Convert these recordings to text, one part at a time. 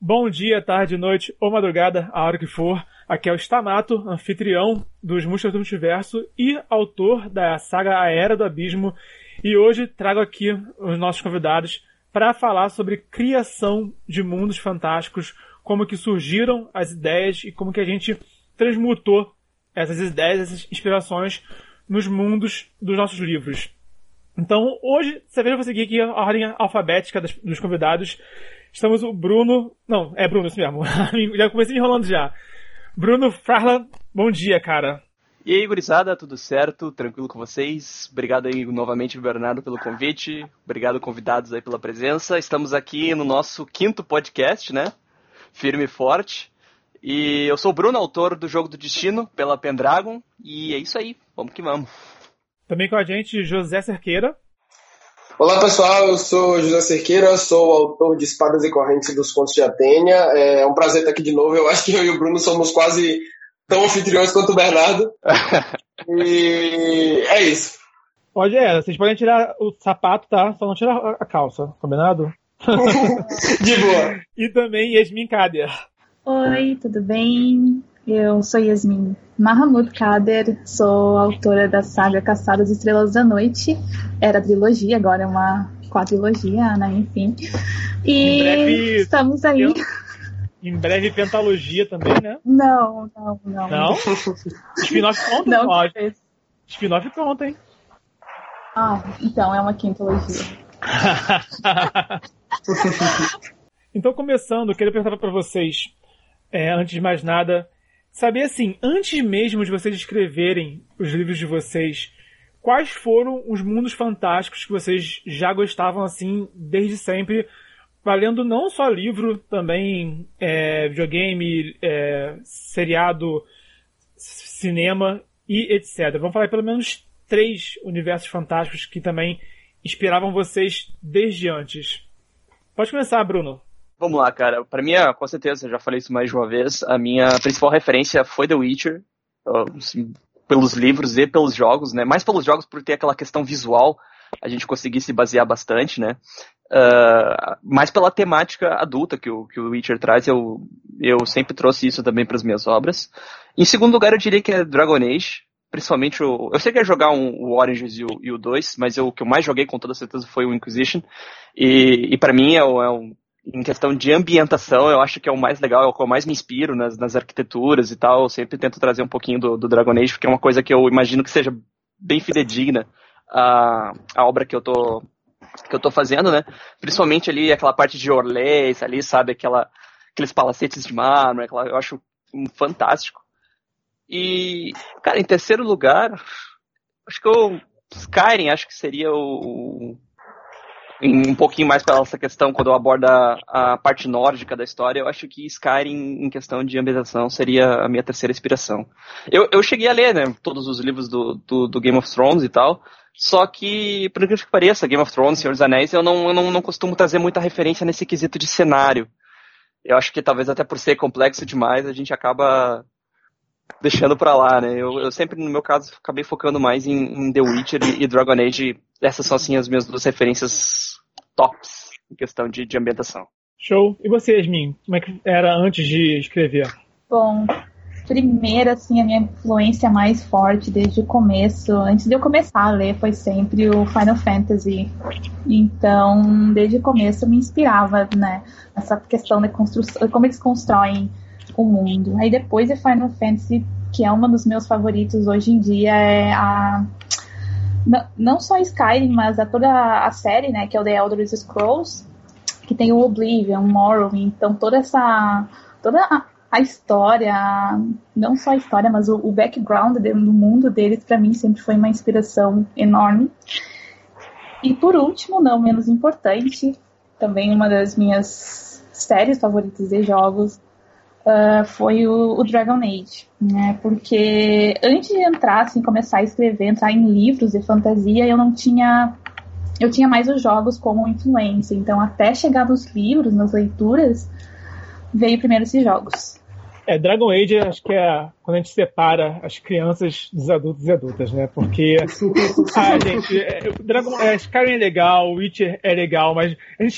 Bom dia, tarde, noite ou madrugada, a hora que for. Aqui é o Stamato, anfitrião dos Músicas do Multiverso e autor da saga A Era do Abismo. E hoje trago aqui os nossos convidados para falar sobre criação de mundos fantásticos, como que surgiram as ideias e como que a gente transmutou essas ideias, essas inspirações nos mundos dos nossos livros. Então, hoje, você veja, eu vou seguir aqui a ordem alfabética dos convidados. Estamos o Bruno... Não, é Bruno, isso mesmo. Já comecei enrolando já. Bruno Farla, bom dia, cara. E aí, gurizada, tudo certo? Tranquilo com vocês? Obrigado aí novamente, Bernardo, pelo convite. Obrigado, convidados aí pela presença. Estamos aqui no nosso 5º podcast, né? Firme e forte. E eu sou o Bruno, autor do Jogo do Destino, pela Pendragon. E é isso aí, vamos que vamos. Também com a gente, José Cerqueira. Olá pessoal, eu sou José Cerqueira, sou autor de Espadas e Correntes dos Contos de Atênia. É um prazer estar aqui de novo. Eu acho que eu e o Bruno somos quase tão anfitriões quanto o Bernardo. E é isso. Vocês podem tirar o sapato, tá? Só não tirar a calça, combinado? De boa. E também Yasmin Kader. Oi, tudo bem? Eu sou Yasmin Mahamud Kader, sou autora da saga Caçadas Estrelas da Noite. Era trilogia, agora é uma quadrilogia, né? Enfim. E breve, estamos aí. Em breve pentalogia também, né? Não. Não? Spin-off conta? Não. Spin-off conta, hein? Ah, então é uma quintologia. Então, começando, eu queria perguntar para vocês, antes de mais nada, saber assim, antes mesmo de vocês escreverem os livros de vocês, quais foram os mundos fantásticos que vocês já gostavam assim desde sempre, valendo não só livro, também videogame, seriado, cinema e etc. Vamos falar pelo menos 3 universos fantásticos que também inspiravam vocês desde antes. Pode começar, Bruno. Vamos lá, cara. Pra mim, com certeza, já falei isso mais de uma vez, a minha principal referência foi The Witcher, assim, pelos livros e pelos jogos, né? Mais pelos jogos por ter aquela questão visual, a gente conseguir se basear bastante, né? Mais pela temática adulta que o Witcher traz, eu sempre trouxe isso também para as minhas obras. Em segundo lugar, eu diria que é Dragon Age, principalmente eu sei que ia jogar o Origins e o 2, mas o que eu mais joguei com toda certeza foi o Inquisition, e para mim em questão de ambientação, eu acho que é o mais legal, é o que eu mais me inspiro nas arquiteturas e tal. Eu sempre tento trazer um pouquinho do Dragon Age, porque é uma coisa que eu imagino que seja bem fidedigna a obra que eu tô fazendo, né? Principalmente ali aquela parte de Orlais, ali, sabe? Aqueles palacetes de mármore, eu acho fantástico. E, cara, em terceiro lugar, acho que o Skyrim, acho que seria um pouquinho mais para essa questão, quando eu abordo a parte nórdica da história, eu acho que Skyrim, em questão de ambientação, seria a minha terceira inspiração. Eu cheguei a ler, né, todos os livros do Game of Thrones e tal, só que, por incrível que pareça, Game of Thrones, Senhor dos Anéis, eu não costumo trazer muita referência nesse quesito de cenário. Eu acho que talvez até por ser complexo demais, a gente acaba deixando pra lá, né? Eu sempre, no meu caso, acabei focando mais em The Witcher e Dragon Age. Essas são, assim, as minhas 2 referências tops em questão de ambientação. Show. E você, Yasmin? Como é que era antes de escrever? Bom, primeiro, assim, a minha influência mais forte desde o começo, antes de eu começar a ler, foi sempre o Final Fantasy. Então, desde o começo eu me inspirava, né, nessa questão de construção, como eles constroem o mundo. Aí depois de Final Fantasy, que é um dos meus favoritos hoje em dia, é não só Skyrim, mas toda a série, né, que é o The Elder Scrolls, que tem o Oblivion, Morrowind, então toda a história, não só a história, mas o background do mundo deles, pra mim, sempre foi uma inspiração enorme. E por último, não menos importante, também uma das minhas séries favoritas de jogos, foi o Dragon Age, né? Porque antes de entrar, assim, começar a escrever, entrar em livros de fantasia, eu tinha mais os jogos como influência. Então, até chegar nos livros, nas leituras, veio primeiro esses jogos. Dragon Age, acho que é quando a gente separa as crianças dos adultos e adultas, né? Porque, gente, Skyrim é legal, Witcher é legal, mas a gente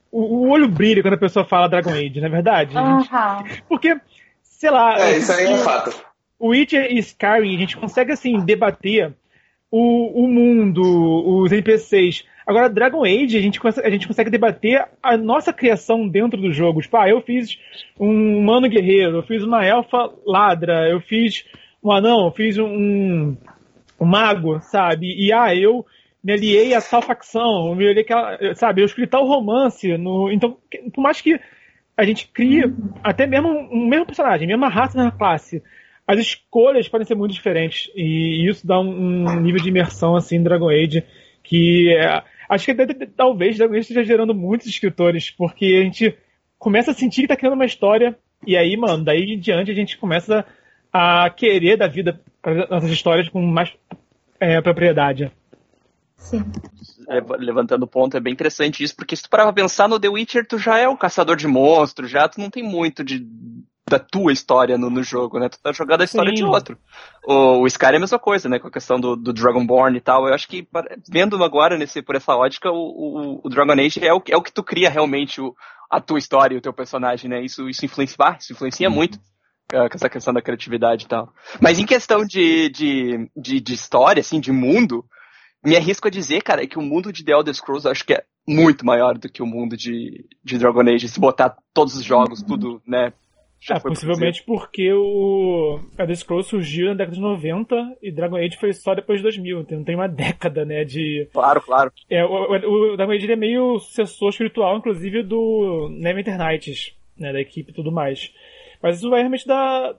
o olho brilha quando a pessoa fala Dragon Age, não é verdade? Porque, sei lá... isso aí é fato. O Witcher e Skyrim, a gente consegue, assim, debater o mundo, os NPCs. Agora, Dragon Age, a gente consegue debater a nossa criação dentro do jogo. Tipo, eu fiz um humano guerreiro, eu fiz uma elfa ladra, eu fiz um anão, eu fiz um mago, sabe? E, eu me aliei a tal facção, me aliei sabe? Eu escrevi tal romance. Então, por mais que a gente crie até mesmo um mesmo personagem, a mesma raça, a mesma classe, as escolhas podem ser muito diferentes. E isso dá um nível de imersão, assim, no Dragon Age, que acho que talvez Dragon Age esteja gerando muitos escritores, porque a gente começa a sentir que tá criando uma história, e aí, mano, daí em diante a gente começa a querer da vida nossas histórias com mais propriedade. Sim. Levantando o ponto, é bem interessante isso, porque se tu parar pra pensar no The Witcher, tu já é um caçador de monstros, já tu não tem muito da tua história no jogo, né? Tu tá jogando a história de outro. O Skyrim é a mesma coisa, né? Com a questão do Dragonborn e tal. Eu acho que, vendo agora por essa ótica, o Dragon Age é o que tu cria realmente a tua história e o teu personagem, né? Isso influencia muito com essa questão da criatividade e tal. Mas em questão de história, assim, de mundo, me arrisco a dizer, cara, que o mundo de The Elder Scrolls eu acho que é muito maior do que o mundo de Dragon Age. Se botar todos os jogos, tudo, né? Possivelmente porque o Elder Scrolls surgiu na década de 90 e Dragon Age foi só depois de 2000, então tem uma década, né, de... Claro. O Dragon Age ele é meio sucessor espiritual, inclusive, do Neverwinter Nights, né, da equipe e tudo mais. Mas isso vai realmente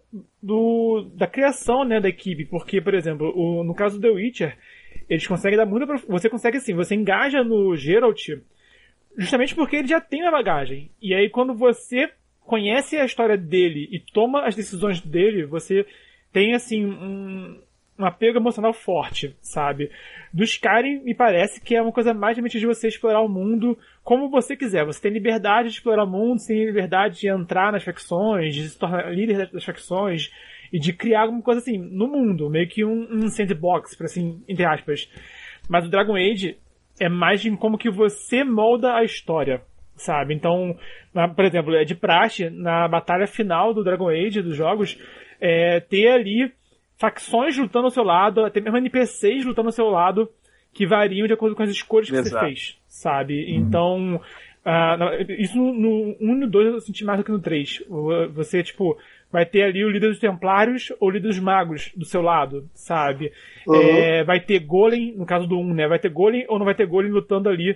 da criação, né, da equipe, porque, por exemplo, no caso do The Witcher, eles conseguem dar muita... Você consegue, assim, você engaja no Geralt justamente porque ele já tem uma bagagem. E aí, quando você conhece a história dele e toma as decisões dele, você tem, assim, um apego emocional forte, sabe? Do Skyrim, me parece que é uma coisa mais realmente de você explorar o mundo como você quiser. Você tem liberdade de explorar o mundo, você tem liberdade de entrar nas facções, de se tornar líder das facções e de criar alguma coisa, assim, no mundo. Meio que um sandbox, por assim, entre aspas. Mas o Dragon Age é mais de como que você molda a história, sabe? Então, por exemplo, é de praxe, na batalha final do Dragon Age, dos jogos, ter ali facções lutando ao seu lado, até mesmo NPCs lutando ao seu lado, que variam de acordo com as escolhas que você fez, sabe? Então, isso no 1 e no 2 eu senti mais do que no 3. Você, tipo, vai ter ali o líder dos Templários ou o líder dos Magos do seu lado, sabe? Vai ter Golem, no caso do 1, né? Vai ter Golem ou não vai ter Golem lutando ali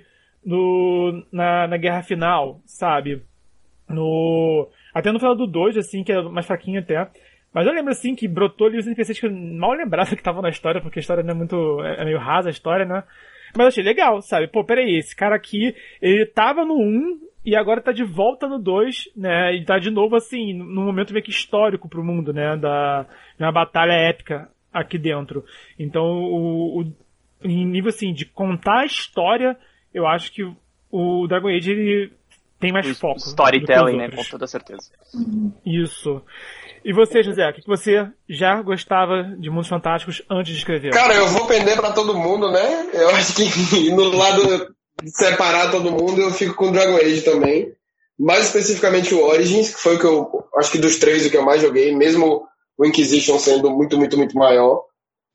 na guerra final, sabe? Até no final do 2, assim, que é mais fraquinho até. Mas eu lembro, assim, que brotou ali os NPCs que eu mal lembrava que estavam na história, porque a história não é muito... É meio rasa a história, né? Mas eu achei legal, sabe? Pô, peraí, esse cara aqui, ele tava no 1 e agora tá de volta no 2, né? E tá de novo, assim, num momento meio que histórico pro mundo, né? De uma batalha épica aqui dentro. Então, em nível, assim, de contar a história, eu acho que o Dragon Age, ele tem mais foco. Storytelling, né? Com toda certeza. Isso. E você, José, o que você já gostava de Mundos Fantásticos antes de escrever? Cara, eu vou pender pra todo mundo, né? Eu acho que no lado de separar todo mundo, eu fico com Dragon Age também. Mais especificamente o Origins, que foi o que eu acho que dos três o que eu mais joguei, mesmo o Inquisition sendo muito, muito, muito maior.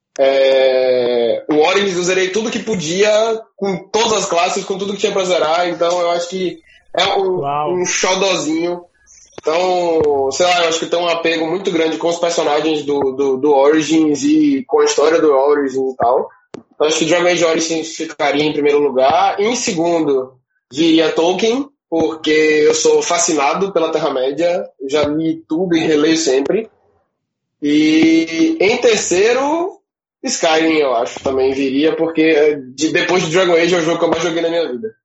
O Origins eu zerei tudo que podia, com todas as classes, com tudo que tinha pra zerar, então eu acho que é um xodozinho. Então, sei lá, eu acho que tem um apego muito grande com os personagens do Origins e com a história do Origins e tal. Então, acho que Dragon Age Origins ficaria em primeiro lugar. Em segundo, viria Tolkien, porque eu sou fascinado pela Terra-média, já li tudo e releio sempre. E em terceiro, Skyrim, eu acho, também viria, porque depois de Dragon Age é o jogo que eu mais joguei na minha vida.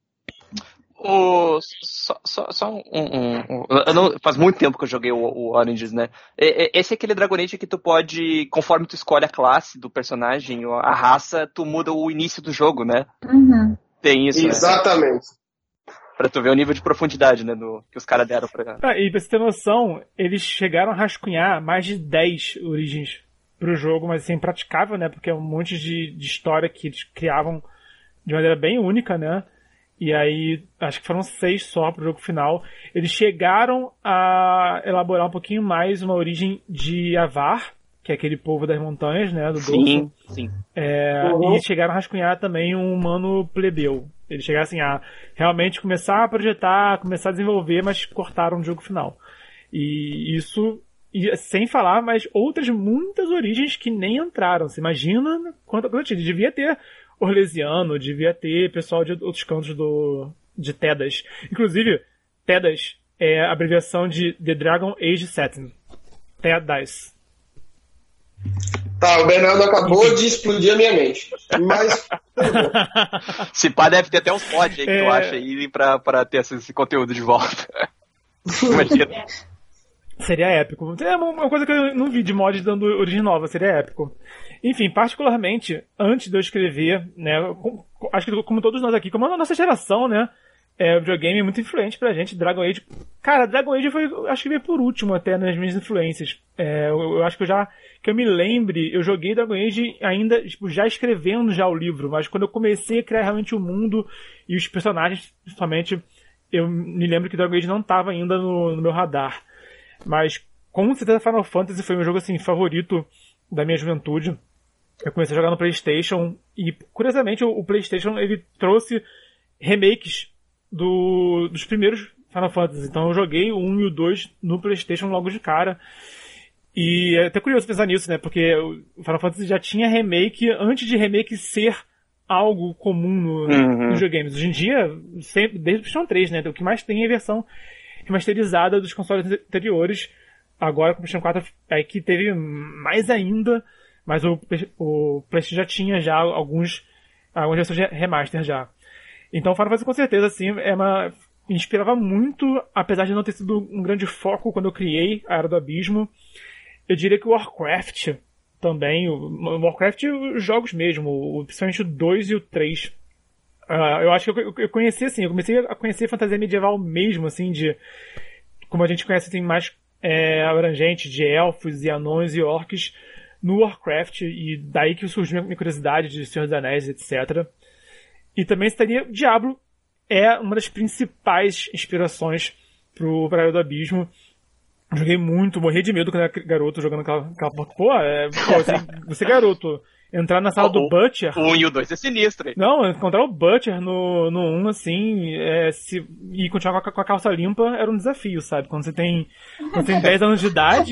Faz muito tempo que eu joguei o Origins, né? Esse é aquele Dragon Age que tu pode, conforme tu escolhe a classe do personagem, a raça, tu muda o início do jogo, né? Uhum. Tem isso, exatamente. Né? Pra tu ver o nível de profundidade, né, que os caras deram pra cá. E pra você ter noção, eles chegaram a rascunhar mais de 10 origens pro jogo, mas assim, impraticável, né? Porque é um monte de história que eles criavam de maneira bem única, né? E aí, acho que foram 6 só pro jogo final. Eles chegaram a elaborar um pouquinho mais uma origem de Avar, que é aquele povo das montanhas, né, do Dorso. Sim. E chegaram a rascunhar também um humano plebeu. Eles chegaram assim a realmente começar a projetar, começar a desenvolver, mas cortaram no jogo final. E isso, sem falar, mas outras muitas origens que nem entraram. Você imagina quanto tinha? Devia ter Orlesiano, devia ter pessoal de outros cantos de Tedas. Inclusive, Tedas é a abreviação de The Dragon Age Setting. Tedas. Tá, o Bernardo acabou de explodir a minha mente. Mas. Se pá, deve ter até uns mods aí que tu acha aí pra ter esse conteúdo de volta. Imagina. Seria épico. É uma coisa que eu não vi de mod dando origem nova, seria épico. Enfim, particularmente, antes de eu escrever, né, acho que como todos nós aqui, como a nossa geração, né, o videogame é muito influente pra gente. Dragon Age, cara, Dragon Age foi, acho que veio por último até nas minhas influências. Eu acho que que eu me lembre, eu joguei Dragon Age ainda, tipo, já escrevendo já o livro, mas quando eu comecei a criar realmente o mundo e os personagens, principalmente, eu me lembro que Dragon Age não estava ainda no meu radar. Mas, com certeza, Final Fantasy foi meu jogo, assim, favorito da minha juventude. Eu comecei a jogar no PlayStation e, curiosamente, o PlayStation, ele trouxe remakes dos primeiros Final Fantasy. Então eu joguei o 1 e o 2 no PlayStation logo de cara. E é até curioso pensar nisso, né? Porque o Final Fantasy já tinha remake antes de remake ser algo comum nos videogames. Hoje em dia, sempre, desde o PlayStation 3, né? O que mais tem é a versão remasterizada dos consoles anteriores. Agora com o PlayStation 4 é que teve mais ainda, mas o PlayStation já tinha já algumas versões de remaster já. Então Final Fantasy com certeza assim, me inspirava muito, apesar de não ter sido um grande foco quando eu criei a Era do Abismo. Eu diria que o Warcraft também, o Warcraft os jogos mesmo, principalmente o 2 e o 3. Eu acho que eu conheci assim, eu comecei a conhecer fantasia medieval mesmo, assim, como a gente conhece assim, mais abrangente, de elfos e anões e orcs no Warcraft, e daí que surgiu a minha curiosidade de Senhor dos Anéis, etc. E também estaria Diablo é uma das principais inspirações pra Era do Abismo. Joguei muito, morri de medo quando era garoto jogando aquela você garoto, entrar na sala do Butcher. O 1 e o 2 é sinistro, hein? Não, encontrar o Butcher no 1, assim, e continuar com a calça limpa era um desafio, sabe? Quando você tem 10 anos de idade,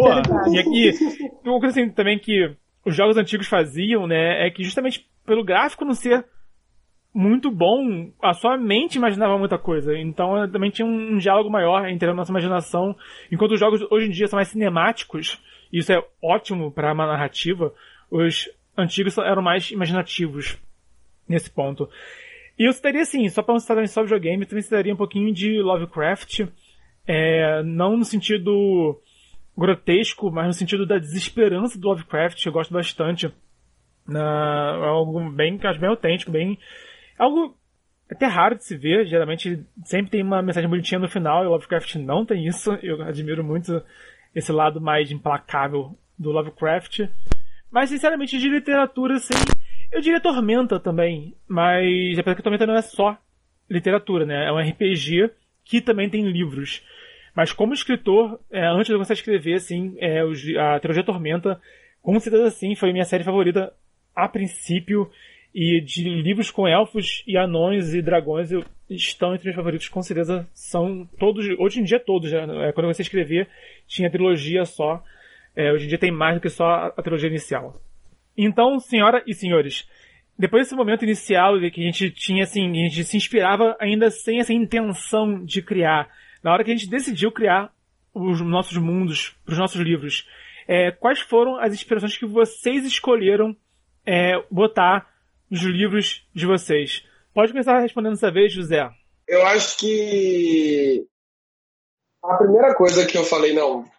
e uma coisa assim também que os jogos antigos faziam, né, é que justamente pelo gráfico não ser muito bom, a sua mente imaginava muita coisa. Então também tinha um diálogo maior entre a nossa imaginação. Enquanto os jogos hoje em dia são mais cinemáticos, e isso é ótimo para uma narrativa, os antigos eram mais imaginativos nesse ponto. E eu citaria assim, só para não citar só videogame, também citaria um pouquinho de Lovecraft, não no sentido grotesco, mas no sentido da desesperança do Lovecraft. Eu gosto bastante. É algo bem autêntico, algo até raro de se ver. Geralmente sempre tem uma mensagem bonitinha no final, e o Lovecraft não tem isso. Eu admiro muito esse lado mais implacável do Lovecraft. Mas sinceramente de literatura, assim, eu diria Tormenta também. Mas apesar que Tormenta não é só literatura, né? É um RPG que também tem livros. Mas como escritor, antes de eu começar a escrever, assim, a trilogia Tormenta, com certeza assim, foi minha série favorita a princípio. E de livros com elfos e anões e dragões estão entre meus favoritos, com certeza são todos, hoje em dia todos, né? Quando eu comecei a escrever tinha trilogia só, hoje em dia tem mais do que só a trilogia inicial. Então, senhoras e senhores, depois desse momento inicial que a gente tinha assim, a gente se inspirava ainda sem essa intenção de criar, na hora que a gente decidiu criar os nossos mundos para os nossos livros, quais foram as inspirações que vocês escolheram botar nos livros de vocês? Pode começar respondendo dessa vez, José. Eu acho que a primeira coisa que eu falei,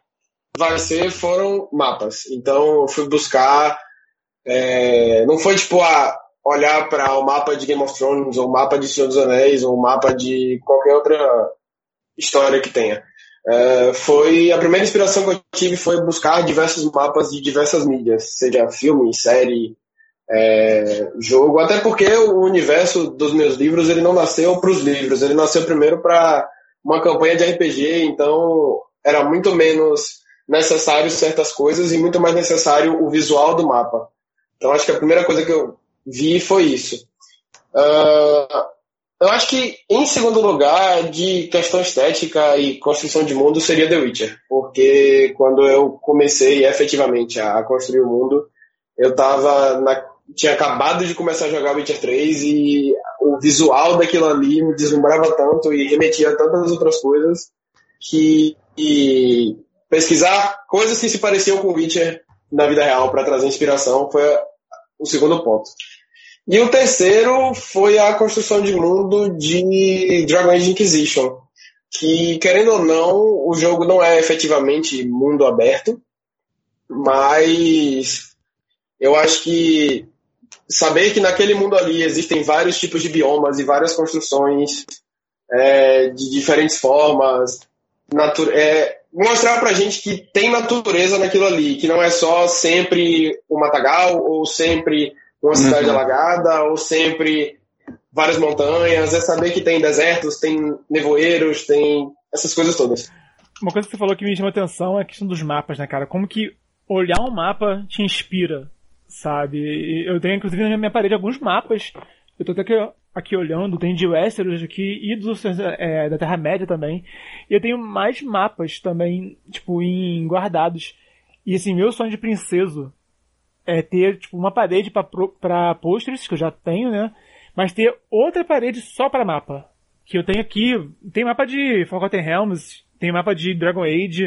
foram mapas. Então eu fui buscar, não foi tipo olhar para o mapa de Game of Thrones, ou o mapa de Senhor dos Anéis, ou o mapa de qualquer outra história que tenha. A primeira inspiração que eu tive foi buscar diversos mapas de diversas mídias, seja filme, série, jogo, até porque o universo dos meus livros ele não nasceu para os livros, ele nasceu primeiro para uma campanha de RPG, então era muito menos necessário certas coisas e muito mais necessário o visual do mapa. Então acho que a primeira coisa que eu vi foi isso. Eu acho que em segundo lugar, de questão estética e construção de mundo, seria The Witcher, porque quando eu comecei efetivamente a construir o mundo, eu tinha acabado de começar a jogar Witcher 3 e o visual daquilo ali me deslumbrava tanto e remetia a tantas outras coisas que pesquisar coisas que se pareciam com Witcher na vida real para trazer inspiração foi o segundo ponto. E o terceiro foi a construção de mundo de Dragon Age Inquisition, que, querendo ou não, o jogo não é efetivamente mundo aberto, mas eu acho que saber que naquele mundo ali existem vários tipos de biomas e várias construções de diferentes formas, mostrar pra gente que tem natureza naquilo ali, que não é só sempre o matagal, ou sempre uma cidade alagada, ou sempre várias montanhas, é saber que tem desertos, tem nevoeiros, tem essas coisas todas. Uma coisa que você falou que me chamou a atenção é a questão dos mapas, né, cara? Como que olhar um mapa te inspira, sabe? Eu tenho, inclusive, na minha parede alguns mapas. Eu tô até aqui olhando, tem de Westeros aqui e da Terra-média também. E eu tenho mais mapas também, tipo, guardados. E assim, meu sonho de princeso é ter, tipo, uma parede pra posters, que eu já tenho, né? Mas ter outra parede só pra mapa. Que eu tenho aqui, tem mapa de Forgotten Realms, tem mapa de Dragon Age,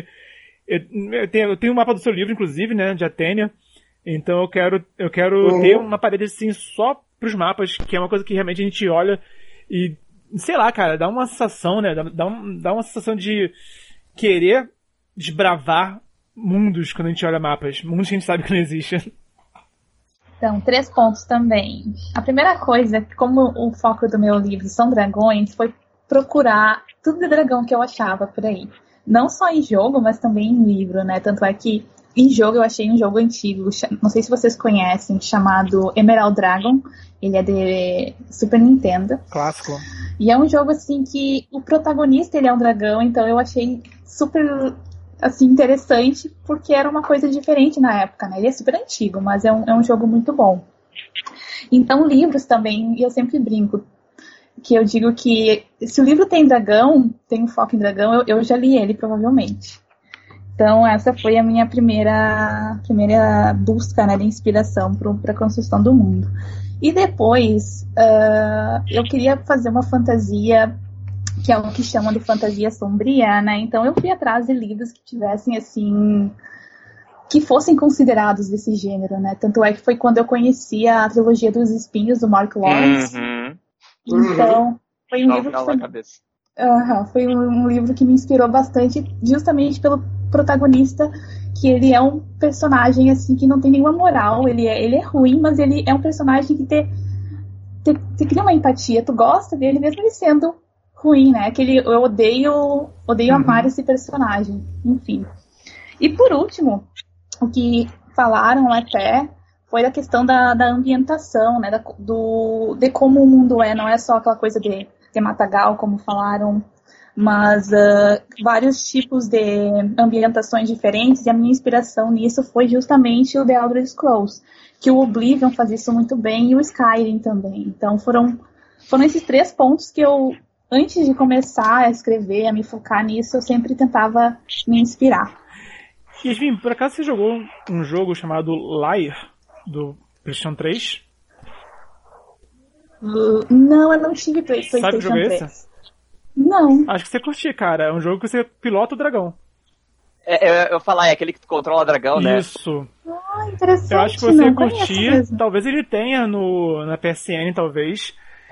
eu tenho um mapa do seu livro, inclusive, né? De Athénia. Então eu quero ter uma parede assim só pros mapas, que é uma coisa que realmente a gente olha e, sei lá, cara, dá uma sensação, né? Dá uma sensação de querer desbravar mundos quando a gente olha mapas. Mundos que a gente sabe que não existem. Então, 3 pontos também. A primeira coisa, como o foco do meu livro são dragões, foi procurar tudo de dragão que eu achava por aí. Não só em jogo, mas também em livro, né? Tanto é que em jogo eu achei um jogo antigo, não sei se vocês conhecem, chamado Emerald Dragon. Ele é de Super Nintendo. Clássico. E é um jogo, assim, que o protagonista, ele é um dragão, então eu achei super, assim, interessante, porque era uma coisa diferente na época, né? Ele é super antigo, mas é um jogo muito bom. Então, livros também, e eu sempre brinco, que eu digo que se o livro tem dragão, tem um foco em dragão, eu já li ele, provavelmente. Então, essa foi a minha primeira busca, né, de inspiração para a construção do mundo. E depois, eu queria fazer uma fantasia, que é o que chamam de fantasia sombria, né? Então, eu fui atrás de livros que tivessem, assim, que fossem considerados desse gênero, né? Tanto é que foi quando eu conheci a trilogia dos espinhos, do Mark Lawrence. Então, foi um livro que foi um livro que me inspirou bastante, justamente pelo protagonista, que ele é um personagem assim que não tem nenhuma moral, ele é ruim, mas ele é um personagem que te cria uma empatia, tu gosta dele mesmo ele sendo ruim, né? Eu odeio amar esse personagem, enfim. E por último, o que falaram até foi a questão da ambientação, né? De como o mundo não é só aquela coisa de matagal, como falaram, mas vários tipos de ambientações diferentes, e a minha inspiração nisso foi justamente o The Elder Scrolls, que o Oblivion faz isso muito bem, e o Skyrim também. Então foram esses 3 pontos que eu, antes de começar a escrever, a me focar nisso, eu sempre tentava me inspirar. Yasmin, por acaso você jogou um jogo chamado Liar, do PlayStation 3? Não, eu não tive PlayStation 3. Sabe que jogo é esse? Não. Acho que você curtia, cara. É um jogo que você pilota o dragão. Eu falar, é aquele que tu controla o dragão, né? Isso. Ah, interessante. Eu acho que você curtia. Talvez ele tenha na PSN, talvez.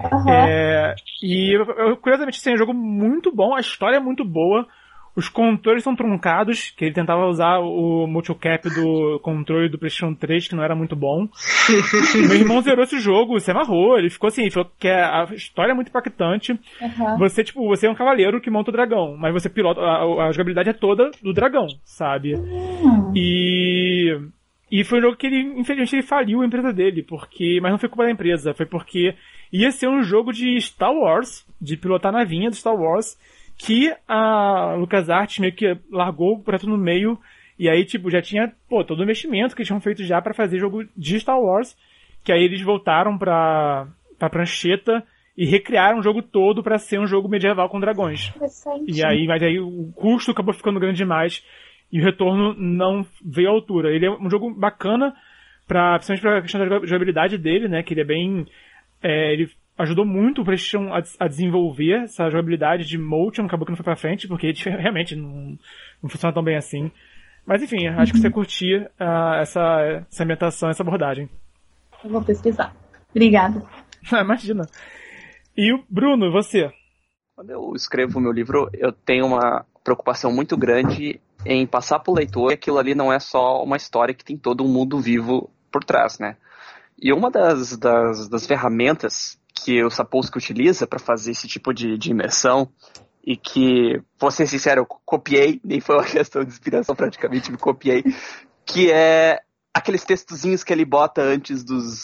E curiosamente, assim, é um jogo muito bom. A história é muito boa. Os controles são truncados, que ele tentava usar o multicap do controle do PlayStation 3, que não era muito bom. Meu irmão zerou esse jogo, se amarrou, ele ficou assim, falou que a história é muito impactante. Você é um cavaleiro que monta o dragão, mas você pilota, a jogabilidade é toda do dragão, sabe? E E foi um jogo que ele, infelizmente, ele faliu a empresa dele, mas não foi culpa da empresa, foi porque ia ser um jogo de Star Wars, de pilotar a navinha do Star Wars, que a LucasArts meio que largou o projeto no meio, e aí, tipo, já tinha, todo o investimento que eles tinham feito já pra fazer jogo de Star Wars, que aí eles voltaram pra prancheta e recriaram o jogo todo pra ser um jogo medieval com dragões. Mas aí o custo acabou ficando grande demais, e o retorno não veio à altura. Ele é um jogo bacana, principalmente pra questão da jogabilidade dele, né, que ele é bem... ele ajudou muito o PlayStation a desenvolver essa jogabilidade de motion, acabou que não foi pra frente, porque ele realmente não funciona tão bem assim. Mas enfim, acho que você curtia essa ambientação, essa abordagem. Eu vou pesquisar. Obrigada. Imagina. E o Bruno, você? Quando eu escrevo o meu livro, eu tenho uma preocupação muito grande em passar pro leitor que aquilo ali não é só uma história que tem todo um mundo vivo por trás, né? E uma das ferramentas que o Sapolsky utiliza para fazer esse tipo de imersão, e que, vou ser sincero, eu copiei, nem foi uma questão de inspiração, praticamente me copiei, que é aqueles textozinhos que ele bota antes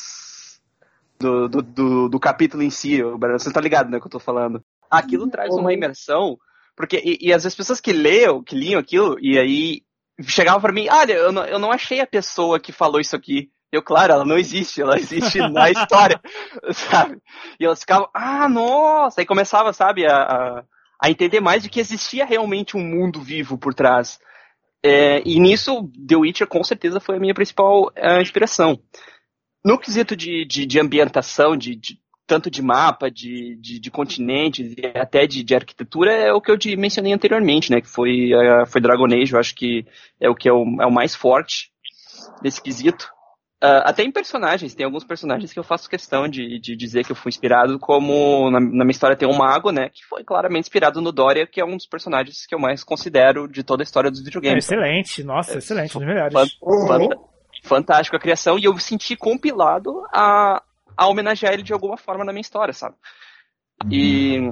do capítulo em si. Você tá ligado, né, que eu tô falando? Aquilo traz uma imersão, porque e as pessoas que liam aquilo, e aí chegavam pra mim, olha, eu não achei a pessoa que falou isso aqui. Claro, ela não existe, ela existe na história, sabe? E elas ficavam, nossa, aí começava, sabe, a entender mais de que existia realmente um mundo vivo por trás. E nisso, The Witcher com certeza foi a minha principal inspiração. No quesito de ambientação, tanto de mapa, de continentes e até de arquitetura, é o que eu mencionei anteriormente, né? Que foi Dragon Age, eu acho que é o mais forte nesse quesito. Até em personagens, tem alguns personagens que eu faço questão de dizer que eu fui inspirado, como na minha história tem um mago, né, que foi claramente inspirado no Dória, que é um dos personagens que eu mais considero de toda a história dos videogames. Excelente, nossa, excelente, um dos melhores. Fantástico a criação, e eu senti compilado a homenagear ele de alguma forma na minha história, sabe? E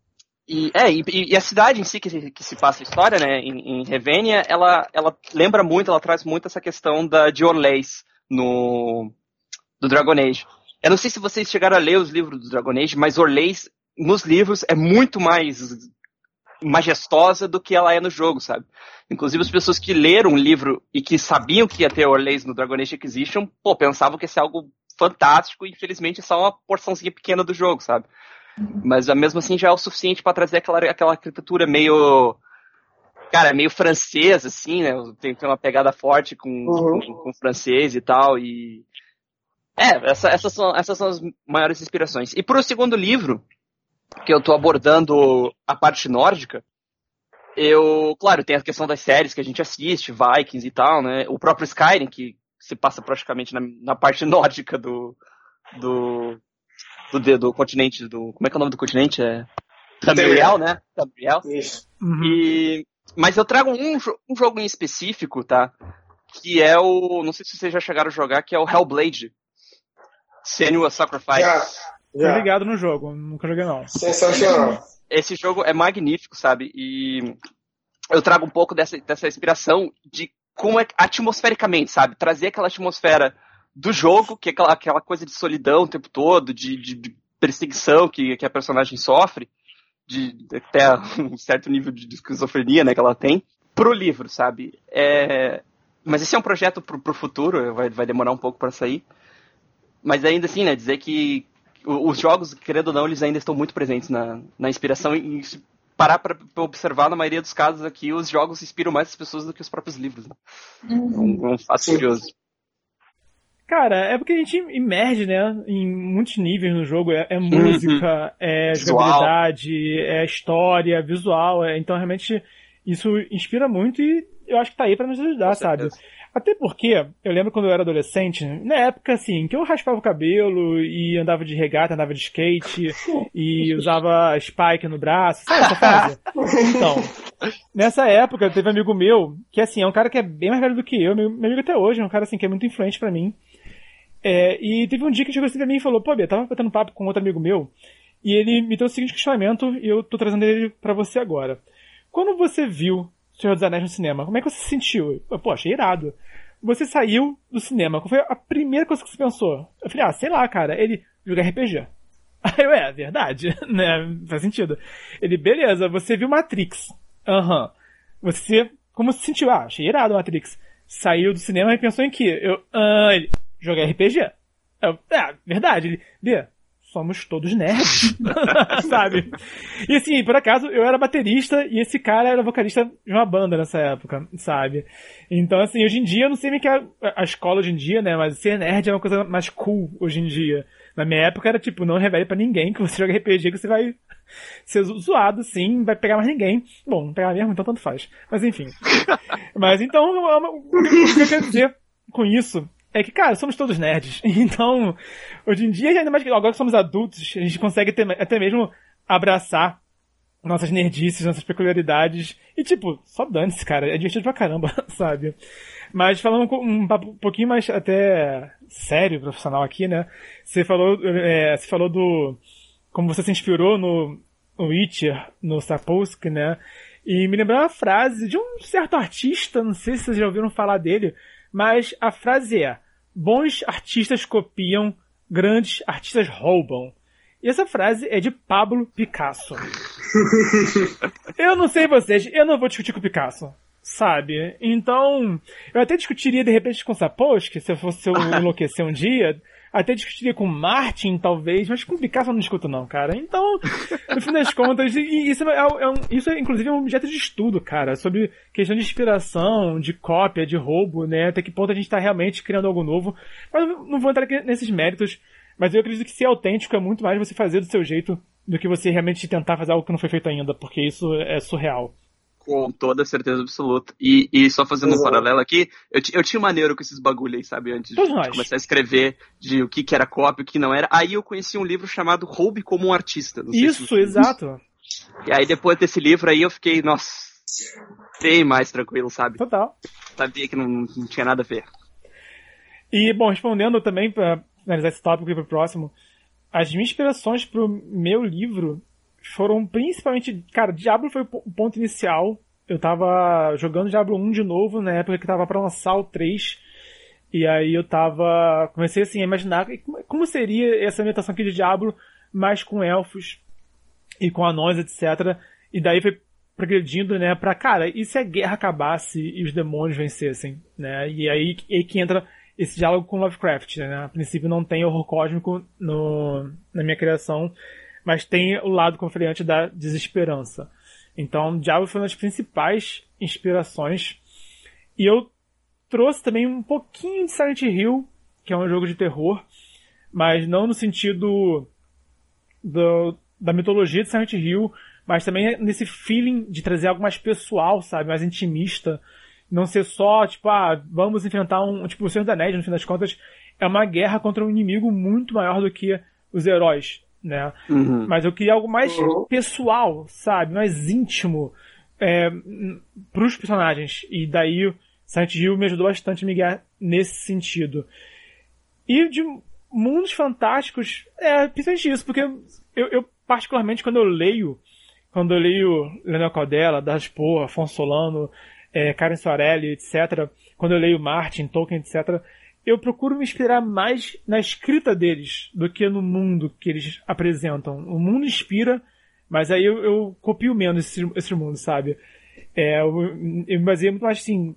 a cidade em si que se passa a história, né, em Ravenia, ela lembra muito, ela traz muito essa questão de Orlais, do Dragon Age. Eu não sei se vocês chegaram a ler os livros do Dragon Age, mas Orlais, nos livros, é muito mais majestosa do que ela é no jogo, sabe? Inclusive, as pessoas que leram o livro e que sabiam que ia ter Orlais no Dragon Age Inquisition, pensavam que ia ser algo fantástico, e infelizmente é só uma porçãozinha pequena do jogo, sabe? Mas mesmo assim já é o suficiente para trazer aquela arquitetura meio francês, assim, né? Tem uma pegada forte com francês e tal, e... essas são as maiores inspirações. E pro segundo livro, que eu tô abordando a parte nórdica, claro, tem a questão das séries que a gente assiste, Vikings e tal, né? O próprio Skyrim, que se passa praticamente na parte nórdica do continente, como é que é o nome do continente? Tamriel, né? Tamriel. Isso. Mas eu trago um jogo em específico, tá? Que é não sei se vocês já chegaram a jogar, que é o Hellblade. Senua's Sacrifice. Já. Tô ligado no jogo, nunca joguei não. Sensacional. Esse jogo é magnífico, sabe? E eu trago um pouco dessa inspiração de como é atmosfericamente, sabe? Trazer aquela atmosfera do jogo, que é aquela coisa de solidão o tempo todo, de perseguição que a personagem sofre, de até um certo nível de esquizofrenia, né, que ela tem, pro livro, sabe? Mas esse é um projeto pro futuro, vai demorar um pouco para sair. Mas ainda assim, né, dizer que os jogos, querendo ou não, eles ainda estão muito presentes na inspiração, e se parar para observar, na maioria dos casos aqui, os jogos inspiram mais as pessoas do que os próprios livros, né? Um fato curioso. Cara, é porque a gente emerge, né, em muitos níveis no jogo. É música, é jogabilidade, é história, visual. Então, realmente, isso inspira muito, e eu acho que tá aí pra nos ajudar, sabe? Até porque, eu lembro quando eu era adolescente, na época, assim, que eu raspava o cabelo e andava de regata, andava de skate e usava spike no braço, sabe essa fase? Então, nessa época, teve um amigo meu, que assim, é um cara que é bem mais velho do que eu, meu amigo até hoje, é um cara assim que é muito influente pra mim. E teve um dia que chegou assim pra mim e falou, pô, Bia, tava batendo papo com outro amigo meu, e ele me trouxe o seguinte questionamento, e eu tô trazendo ele pra você agora. Quando você viu Senhor dos Anéis no cinema, como é que você se sentiu? Pô, achei irado. você saiu do cinema. Qual foi a primeira coisa que você pensou? Eu falei, sei lá, cara. Ele, jogar RPG. Aí eu, verdade, né? Faz sentido. Ele, beleza, você viu Matrix. Você, como se sentiu? Achei irado Matrix. Saiu do cinema e pensou em quê? Ele, jogar RPG. Eu, verdade. Ele, somos todos nerds, sabe? E assim, por acaso, eu era baterista e esse cara era vocalista de uma banda nessa época, sabe? Então, assim, hoje em dia, eu não sei nem que é a escola hoje em dia, né? Mas ser nerd é uma coisa mais cool hoje em dia. Na minha época era tipo, não revele pra ninguém que você joga RPG, que você vai ser zoado, sim, não vai pegar mais ninguém. Bom, não pegar mesmo, então tanto faz. Mas enfim. Mas então, o que eu quero dizer com isso é que, cara, somos todos nerds. Então, hoje em dia, ainda mais que agora que somos adultos, a gente consegue até mesmo abraçar nossas nerdices, nossas peculiaridades. E, tipo, só dane-se, cara. É divertido pra caramba, sabe? Mas falando um pouquinho mais até sério, profissional aqui, né? Você falou do... Como você se inspirou no Witcher, no Sapolsky, né? E me lembrou uma frase de um certo artista, não sei se vocês já ouviram falar dele, mas a frase é: bons artistas copiam, grandes artistas roubam. E essa frase é de Pablo Picasso. Eu não sei vocês, eu não vou discutir com o Picasso, sabe? Então, eu até discutiria de repente com o Sapolsky, se eu enlouquecer um dia. Até discutiria com Martin, talvez, mas com Picasso eu não discuto não, cara. Então, no fim das contas, e isso isso é inclusive um objeto de estudo, cara, sobre questão de inspiração, de cópia, de roubo, né, até que ponto a gente tá realmente criando algo novo. Mas eu não vou entrar aqui nesses méritos, mas eu acredito que ser autêntico é muito mais você fazer do seu jeito do que você realmente tentar fazer algo que não foi feito ainda, porque isso é surreal. Com toda certeza absoluta. E só fazendo um paralelo aqui, eu tinha uma neuro com esses bagulho aí, sabe? Antes de começar a escrever de o que era cópia, o que não era. Aí eu conheci um livro chamado Roube como um Artista. Não sei isso, exato. E aí depois desse livro aí eu fiquei, nossa, bem mais tranquilo, sabe? Total. Sabia que não tinha nada a ver. E, bom, respondendo também, pra finalizar esse tópico e pro próximo, as minhas inspirações pro meu livro foram principalmente... Cara, Diablo foi o ponto inicial. Eu tava jogando Diablo 1 de novo na época que tava pra lançar o 3. E aí comecei assim a imaginar como seria essa ambientação aqui de Diablo, mais com elfos e com anões, etc. E daí foi progredindo, né, pra, cara, e se a guerra acabasse e os demônios vencessem, né? E aí que entra esse diálogo com Lovecraft, né? A princípio não tem horror cósmico na minha criação, mas tem o lado, como eu falei antes, da desesperança. Então, Diablo foi uma das principais inspirações. E eu trouxe também um pouquinho de Silent Hill, que é um jogo de terror, mas não no sentido da mitologia de Silent Hill, mas também nesse feeling de trazer algo mais pessoal, sabe? Mais intimista. Não ser só, tipo, vamos enfrentar tipo, o Senhor dos Anéis, no fim das contas, é uma guerra contra um inimigo muito maior do que os heróis, né? Uhum. Mas eu queria algo mais pessoal, sabe? Mais íntimo pros personagens. E daí Silent Hill me ajudou bastante a me guiar nesse sentido. E de mundos fantásticos, principalmente isso, porque eu particularmente, quando eu leio Leonel Caldela, Das Poe, Afonso Solano, Karen Soarelli, etc., quando eu leio Martin, Tolkien, etc., eu procuro me inspirar mais na escrita deles do que no mundo que eles apresentam. O mundo inspira, mas aí eu copio menos esse mundo, sabe? Eu me baseei muito mais assim,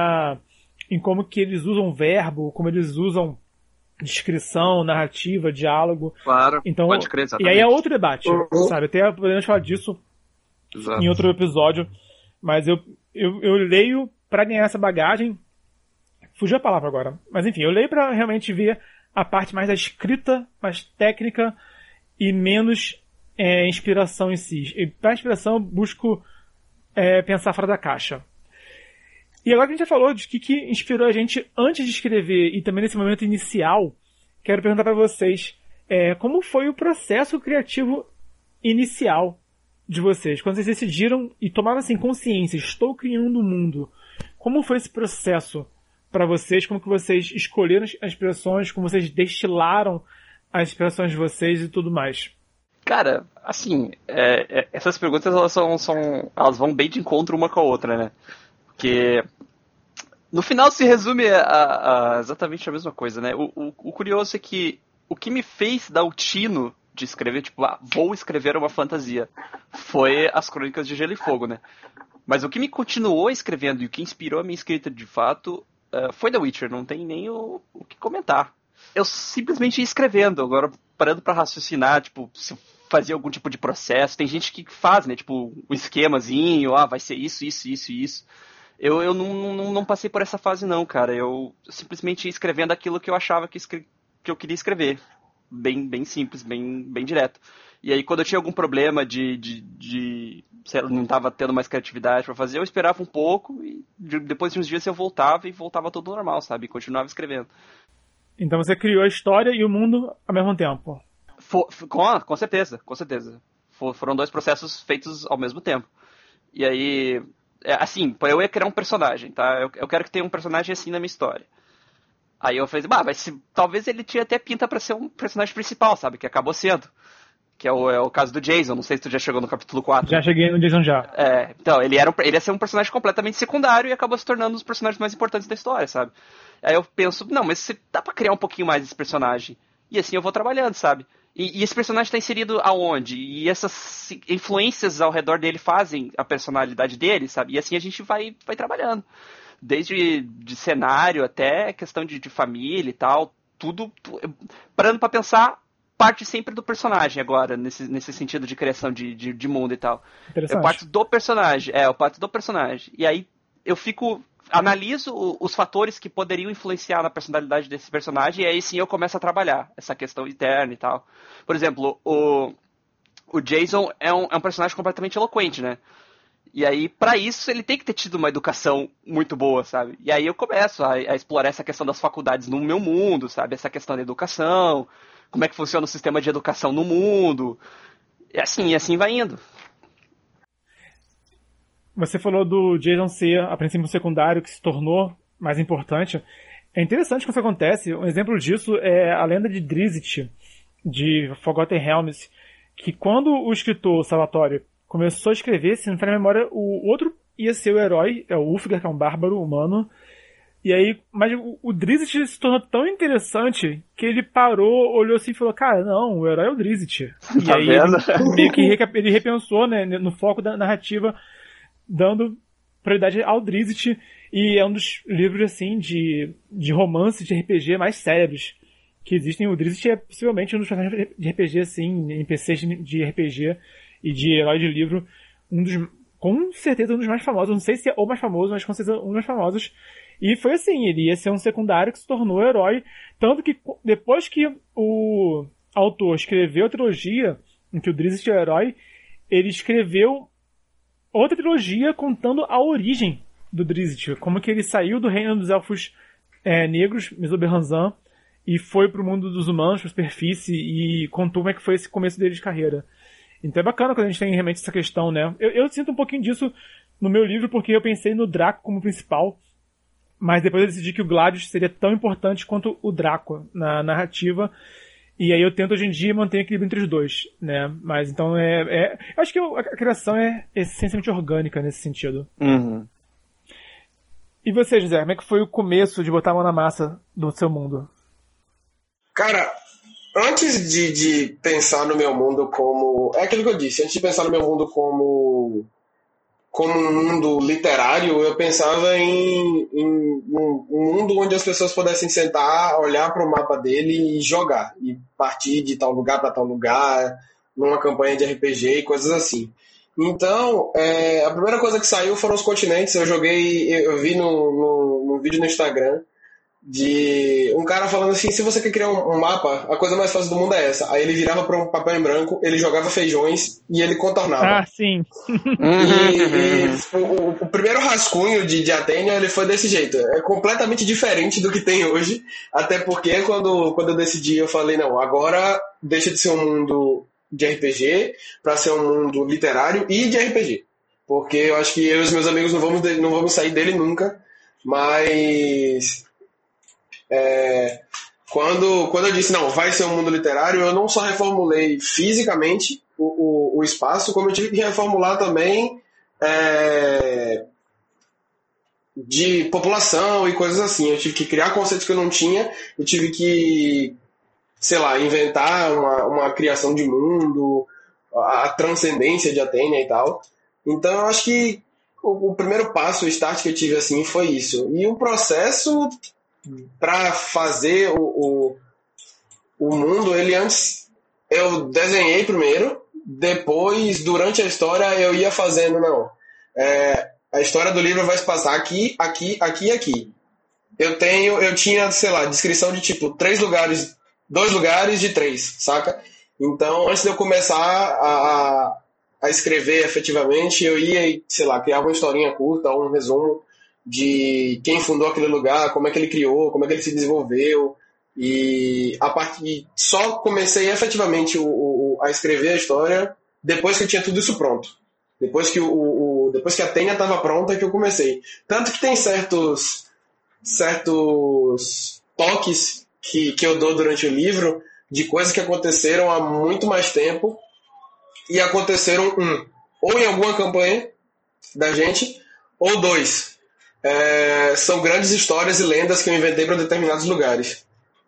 em como que eles usam verbo, como eles usam descrição, narrativa, diálogo. Claro, então, pode crer, exatamente. E aí é outro debate, sabe? Até podemos falar disso em outro episódio, mas eu leio pra ganhar essa bagagem. Fugiu a palavra agora. Mas enfim, eu leio pra realmente ver a parte mais da escrita, mais técnica e menos inspiração em si. E pra inspiração eu busco pensar fora da caixa. E agora que a gente já falou de que inspirou a gente antes de escrever e também nesse momento inicial, quero perguntar pra vocês como foi o processo criativo inicial de vocês? Quando vocês decidiram e tomaram assim consciência, estou criando um mundo. Como foi esse processo para vocês? Como que vocês escolheram as inspirações? Como vocês destilaram as inspirações de vocês e tudo mais? Cara, assim, essas perguntas elas vão bem de encontro uma com a outra, né? Porque No final se resume a exatamente a mesma coisa, né? O curioso é que o que me fez dar o tino de escrever, tipo, vou escrever uma fantasia, foi as Crônicas de Gelo e Fogo, né? Mas o que me continuou escrevendo e o que inspirou a minha escrita de fato foi The Witcher, não tem nem o que comentar. Eu simplesmente ia escrevendo, agora parando pra raciocinar, tipo, se eu fazia algum tipo de processo. Tem gente que faz, né, tipo, um esquemazinho, vai ser isso, isso, isso e isso. Eu não passei por essa fase não, cara. Eu simplesmente ia escrevendo aquilo que eu achava que eu queria escrever. Bem simples, bem direto. E aí quando eu tinha algum problema sei lá, não estava tendo mais criatividade para fazer, eu esperava um pouco e depois de uns dias eu voltava e voltava tudo normal, sabe? E continuava escrevendo. Então você criou a história e o mundo ao mesmo tempo. Com certeza, com certeza. Foram dois processos feitos ao mesmo tempo. E aí, assim, eu ia criar um personagem, tá? Eu quero que tenha um personagem assim na minha história. Aí eu falei, talvez ele tinha até pinta pra ser um personagem principal, sabe? Que acabou sendo. Que é o caso do Jason, não sei se tu já chegou no capítulo 4. Já cheguei no Jason já. Então, ele ia ser um personagem completamente secundário e acabou se tornando um dos personagens mais importantes da história, sabe? Aí eu penso, não, mas dá pra criar um pouquinho mais esse personagem. E assim eu vou trabalhando, sabe? E esse personagem tá inserido aonde? E essas influências ao redor dele fazem a personalidade dele, sabe? E assim a gente vai trabalhando. Desde de cenário até questão de família e tal, tudo parando pra pensar, parte sempre do personagem agora, nesse sentido de criação de mundo e tal. Eu parto do personagem, E aí eu analiso os fatores que poderiam influenciar na personalidade desse personagem, e aí sim eu começo a trabalhar essa questão interna e tal. Por exemplo, o Jason é um personagem completamente eloquente, né? E aí, pra isso, ele tem que ter tido uma educação muito boa, sabe? E aí eu começo a explorar essa questão das faculdades no meu mundo, sabe? Essa questão da educação, como é que funciona o sistema de educação no mundo. E assim vai indo. Você falou do Jason ser, a princípio, secundário, que se tornou mais importante. É interessante que isso acontece. Um exemplo disso é a lenda de Drizzt, de Forgotten Realms, que quando o escritor Salvatore começou a escrever, se não me falha a memória, o outro ia ser o herói, é o Ulfgar, que é um bárbaro humano. E aí, mas o Drizzt se tornou tão interessante que ele parou, olhou assim e falou, cara, não, o herói é o Drizzt. E aí ele meio que ele repensou, né, no foco da narrativa, dando prioridade ao Drizzt, e é um dos livros, assim, de romance, de RPG mais célebres que existem. O Drizzt é possivelmente um dos personagens de RPG, assim, NPCs de RPG e de herói de livro, com certeza um dos mais famosos, não sei se é o mais famoso, mas com certeza um dos mais famosos. E foi assim, ele ia ser um secundário que se tornou herói, tanto que depois que o autor escreveu a trilogia em que o Drizzt é o herói, ele escreveu outra trilogia contando a origem do Drizzt, como que ele saiu do reino dos elfos negros, Mesoberranzan, e foi pro mundo dos humanos, pra superfície, e contou como é que foi esse começo dele de carreira. Então é bacana quando a gente tem realmente essa questão, né? Eu sinto um pouquinho disso no meu livro, porque eu pensei no Draco como principal, mas depois eu decidi que o Gladius seria tão importante quanto o Draco na narrativa, e aí eu tento hoje em dia manter o equilíbrio entre os dois, né? Mas então eu acho que a criação é essencialmente orgânica nesse sentido. Uhum. E você, José, como é que foi o começo de botar a mão na massa do seu mundo? Cara, antes de pensar no meu mundo como... É aquilo que eu disse, antes de pensar no meu mundo como um mundo literário, eu pensava em um mundo onde as pessoas pudessem sentar, olhar para o mapa dele e jogar. E partir de tal lugar para tal lugar, numa campanha de RPG e coisas assim. Então, a primeira coisa que saiu foram os continentes. Eu vi no vídeo no Instagram de um cara falando assim, se você quer criar um mapa, a coisa mais fácil do mundo é essa. Aí ele virava para um papel em branco, ele jogava feijões e ele contornava. Ah, sim. E o primeiro rascunho de Athenia, ele foi desse jeito. É completamente diferente do que tem hoje, até porque quando eu decidi, eu falei, não, agora deixa de ser um mundo de RPG para ser um mundo literário e de RPG. Porque eu acho que eu e os meus amigos não vamos sair dele nunca, mas... Quando eu disse, não, vai ser um mundo literário, eu não só reformulei fisicamente o espaço, como eu tive que reformular também de população e coisas assim. Eu tive que criar conceitos que eu não tinha, eu tive que, sei lá, inventar uma criação de mundo, a transcendência de Atênia e tal. Então eu acho que o primeiro passo, o start que eu tive assim foi isso. E o processo para fazer o mundo, ele antes eu desenhei primeiro, depois durante a história eu ia fazendo, não. A história do livro vai se passar aqui, aqui, aqui e aqui. Eu tinha, sei lá, descrição de tipo 3 lugares, 2 lugares de 3, saca? Então, antes de eu começar a escrever efetivamente, eu ia, sei lá, criar uma historinha curta, um resumo de quem fundou aquele lugar, como é que ele criou, como é que ele se desenvolveu. E só comecei efetivamente a escrever a história depois que eu tinha tudo isso pronto. Depois que a Atênia estava pronta que eu comecei. Tanto que tem certos toques que eu dou durante o livro de coisas que aconteceram há muito mais tempo e aconteceram, ou em alguma campanha da gente, ou 2. São grandes histórias e lendas que eu inventei para determinados lugares.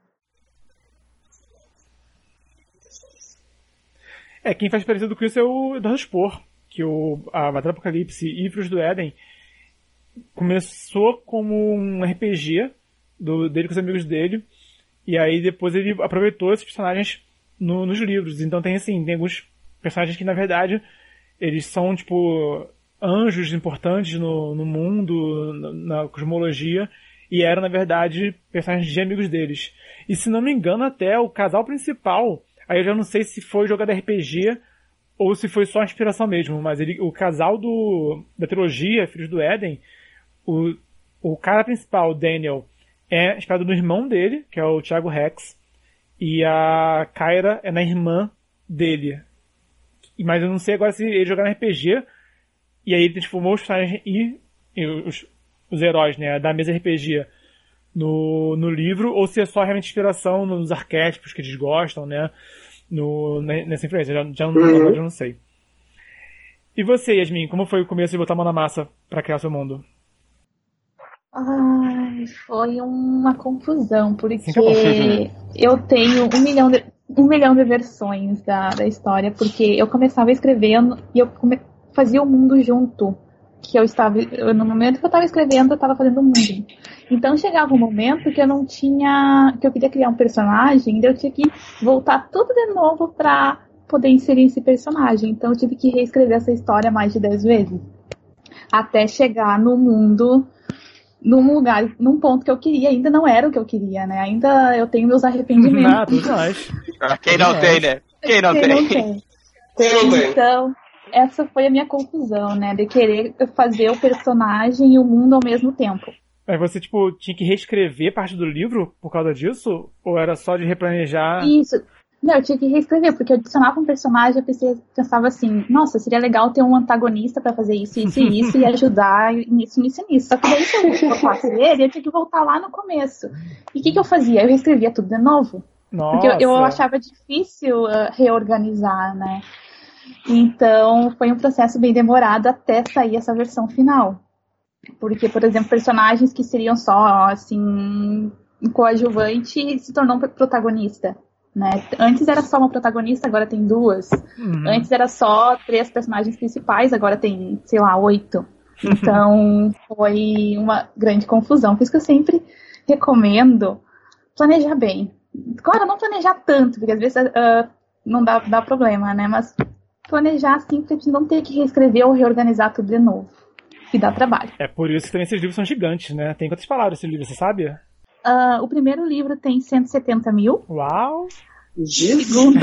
Quem faz parecido com isso é o Eduardo Spohr, que a Batalha do Apocalipse e Filhos do Éden começou como um RPG dele com os amigos dele, e aí depois ele aproveitou esses personagens nos livros. Então tem alguns personagens que na verdade eles são tipo anjos importantes no mundo, na cosmologia, e eram na verdade personagens de amigos deles. E se não me engano até o casal principal, aí eu já não sei se foi jogado RPG ou se foi só inspiração mesmo, mas o casal da trilogia Filhos do Éden, o cara principal, o Daniel, é inspirado no irmão dele, que é o Thiago Rex, e a Kyra é na irmã dele. Mas eu não sei agora se ele jogaram RPG, e aí ele transformou os personagens e os heróis, né, da mesa RPG no livro, ou se é só realmente inspiração nos arquétipos que eles gostam, né, nessa influência. Já não sei. E você, Yasmin, como foi o começo de botar a mão na massa pra criar seu mundo? Ai, foi uma confusão, porque eu tenho 1 milhão de versões da história, porque eu começava escrevendo e eu fazia o mundo junto. No momento que eu estava escrevendo, eu estava fazendo o mundo. Então chegava um momento que eu queria criar um personagem, e eu tinha que voltar tudo de novo para poder inserir esse personagem. Então eu tive que reescrever essa história mais de 10 vezes. Até chegar no mundo, num lugar, num ponto que eu queria. Ainda não era o que eu queria, né? Ainda eu tenho meus arrependimentos. Quem não tem, né? Quem não tem? Então, essa foi a minha confusão, né? De querer fazer o personagem e o mundo ao mesmo tempo. Mas você, tinha que reescrever parte do livro por causa disso? Ou era só de replanejar? Isso. Não, eu tinha que reescrever, porque eu adicionava um personagem e pensava assim, nossa, seria legal ter um antagonista pra fazer isso, isso e isso, e ajudar nisso. Só que daí, se eu botasse ele, eu tinha que voltar lá no começo. E o que eu fazia? Eu reescrevia tudo de novo. Nossa. Porque eu achava difícil reorganizar, né? Então, foi um processo bem demorado até sair essa versão final. Porque, por exemplo, personagens que seriam só, assim, um coadjuvante se tornou protagonista, né? Antes era só uma protagonista, agora tem 2. Antes era só 3 personagens principais, agora tem, 8. Então, foi uma grande confusão. Por isso que eu sempre recomendo planejar bem. Claro, não planejar tanto, porque às vezes não dá problema, né? Mas planejar assim, pra gente não ter que reescrever ou reorganizar tudo de novo. Que dá trabalho. É por isso que também esses livros são gigantes, né? Tem quantas palavras esse livro, você sabe? O primeiro livro tem 170 mil. Uau! O segundo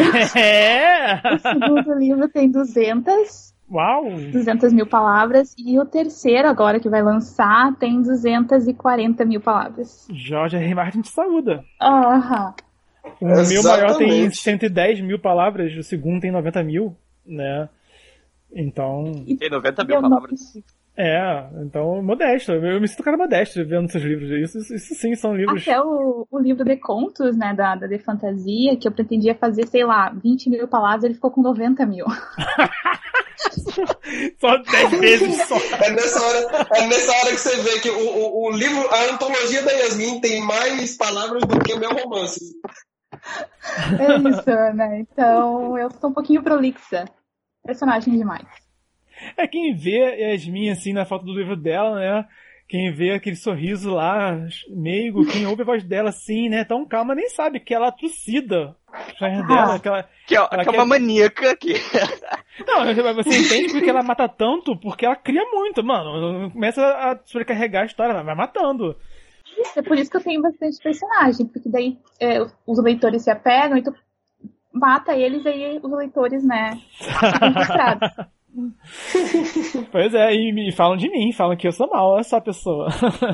livro tem 200. Uau! 200 mil palavras. E o terceiro, agora que vai lançar, tem 240 mil palavras. Jorge R. Martin te saúda. O Exatamente. meu maior tem 110 mil palavras, o segundo tem 90 mil, né? Então... Tem 90 mil palavras. Então, modesto. Eu me sinto cara modesto vendo seus livros. Isso sim são livros... Até o livro de contos, né, de fantasia, que eu pretendia fazer, 20 mil palavras, ele ficou com 90 mil. Só 10 vezes só. É nessa hora que você vê que o livro, a antologia da Yasmin tem mais palavras do que o meu romance. É isso, né? Então, eu sou um pouquinho prolixa. Personagem demais. É, quem vê Yasmin, assim, na foto do livro dela, né? Quem vê aquele sorriso lá, meigo, quem ouve a voz dela assim, né? Tão calma, nem sabe que ela trucida dela. Que é uma maníaca que... Não, você entende porque ela mata tanto, porque ela cria muito, mano. Começa a sobrecarregar a história, ela vai matando. É por isso que eu tenho bastante personagem, porque daí os leitores se apegam e tu mata eles e aí os leitores, né, ficam frustrados. Pois é, e falam de mim, falam que eu sou mal, essa pessoa.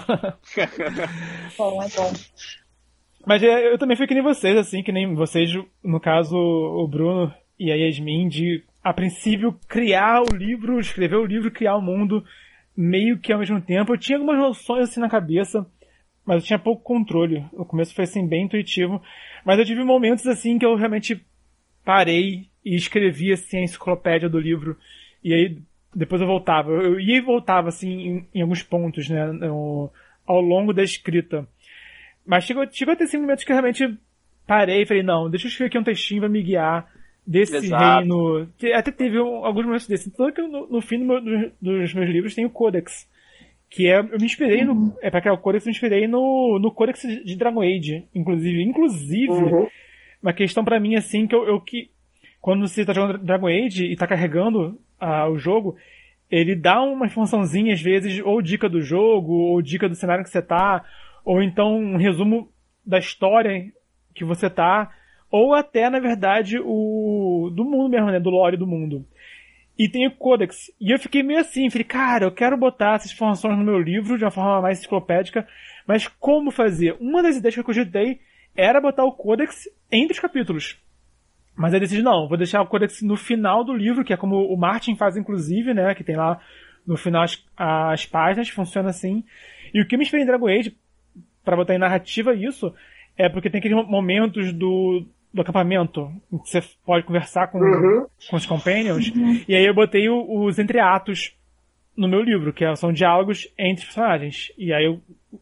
Bom, é bom. Mas eu também fui que nem vocês, assim, que nem vocês, no caso, o Bruno e a Yasmin, de, a princípio, criar o livro, escrever o livro, criar o mundo, meio que ao mesmo tempo. Eu tinha algumas noções, assim, na cabeça, mas eu tinha pouco controle. O começo foi, assim, bem intuitivo. Mas eu tive momentos, assim, que eu realmente parei e escrevi, assim, a enciclopédia do livro. E aí, depois eu voltava. Eu ia e voltava, assim, em alguns pontos, né, ao longo da escrita. Mas chegou a ter, assim, momentos que eu realmente parei e falei, não, deixa eu escrever aqui um textinho pra me guiar desse reino. Até teve alguns momentos desses. Tanto que no fim dos meus livros tem o Codex. Que eu me inspirei pra criar o Codex, eu me inspirei no Codex de Dragon Age, inclusive. Uma questão pra mim, assim, que quando você tá jogando Dragon Age e tá carregando o jogo, ele dá uma informaçãozinha, às vezes, ou dica do jogo, ou dica do cenário que você tá, ou então um resumo da história que você tá, ou até, na verdade, do mundo mesmo, né, do lore do mundo. E tem o Codex. E eu fiquei meio assim, falei, cara, eu quero botar essas informações no meu livro de uma forma mais enciclopédica, mas como fazer? Uma das ideias que eu cogitei era botar o Codex entre os capítulos. Mas aí decidi, não, vou deixar o Codex no final do livro, que é como o Martin faz, inclusive, né, que tem lá no final as páginas, funciona assim. E o que me inspirou em Dragon Age, pra botar em narrativa isso, é porque tem aqueles momentos do acampamento, em que você pode conversar com os companions, e aí eu botei os entreatos no meu livro, que são diálogos entre os personagens. E aí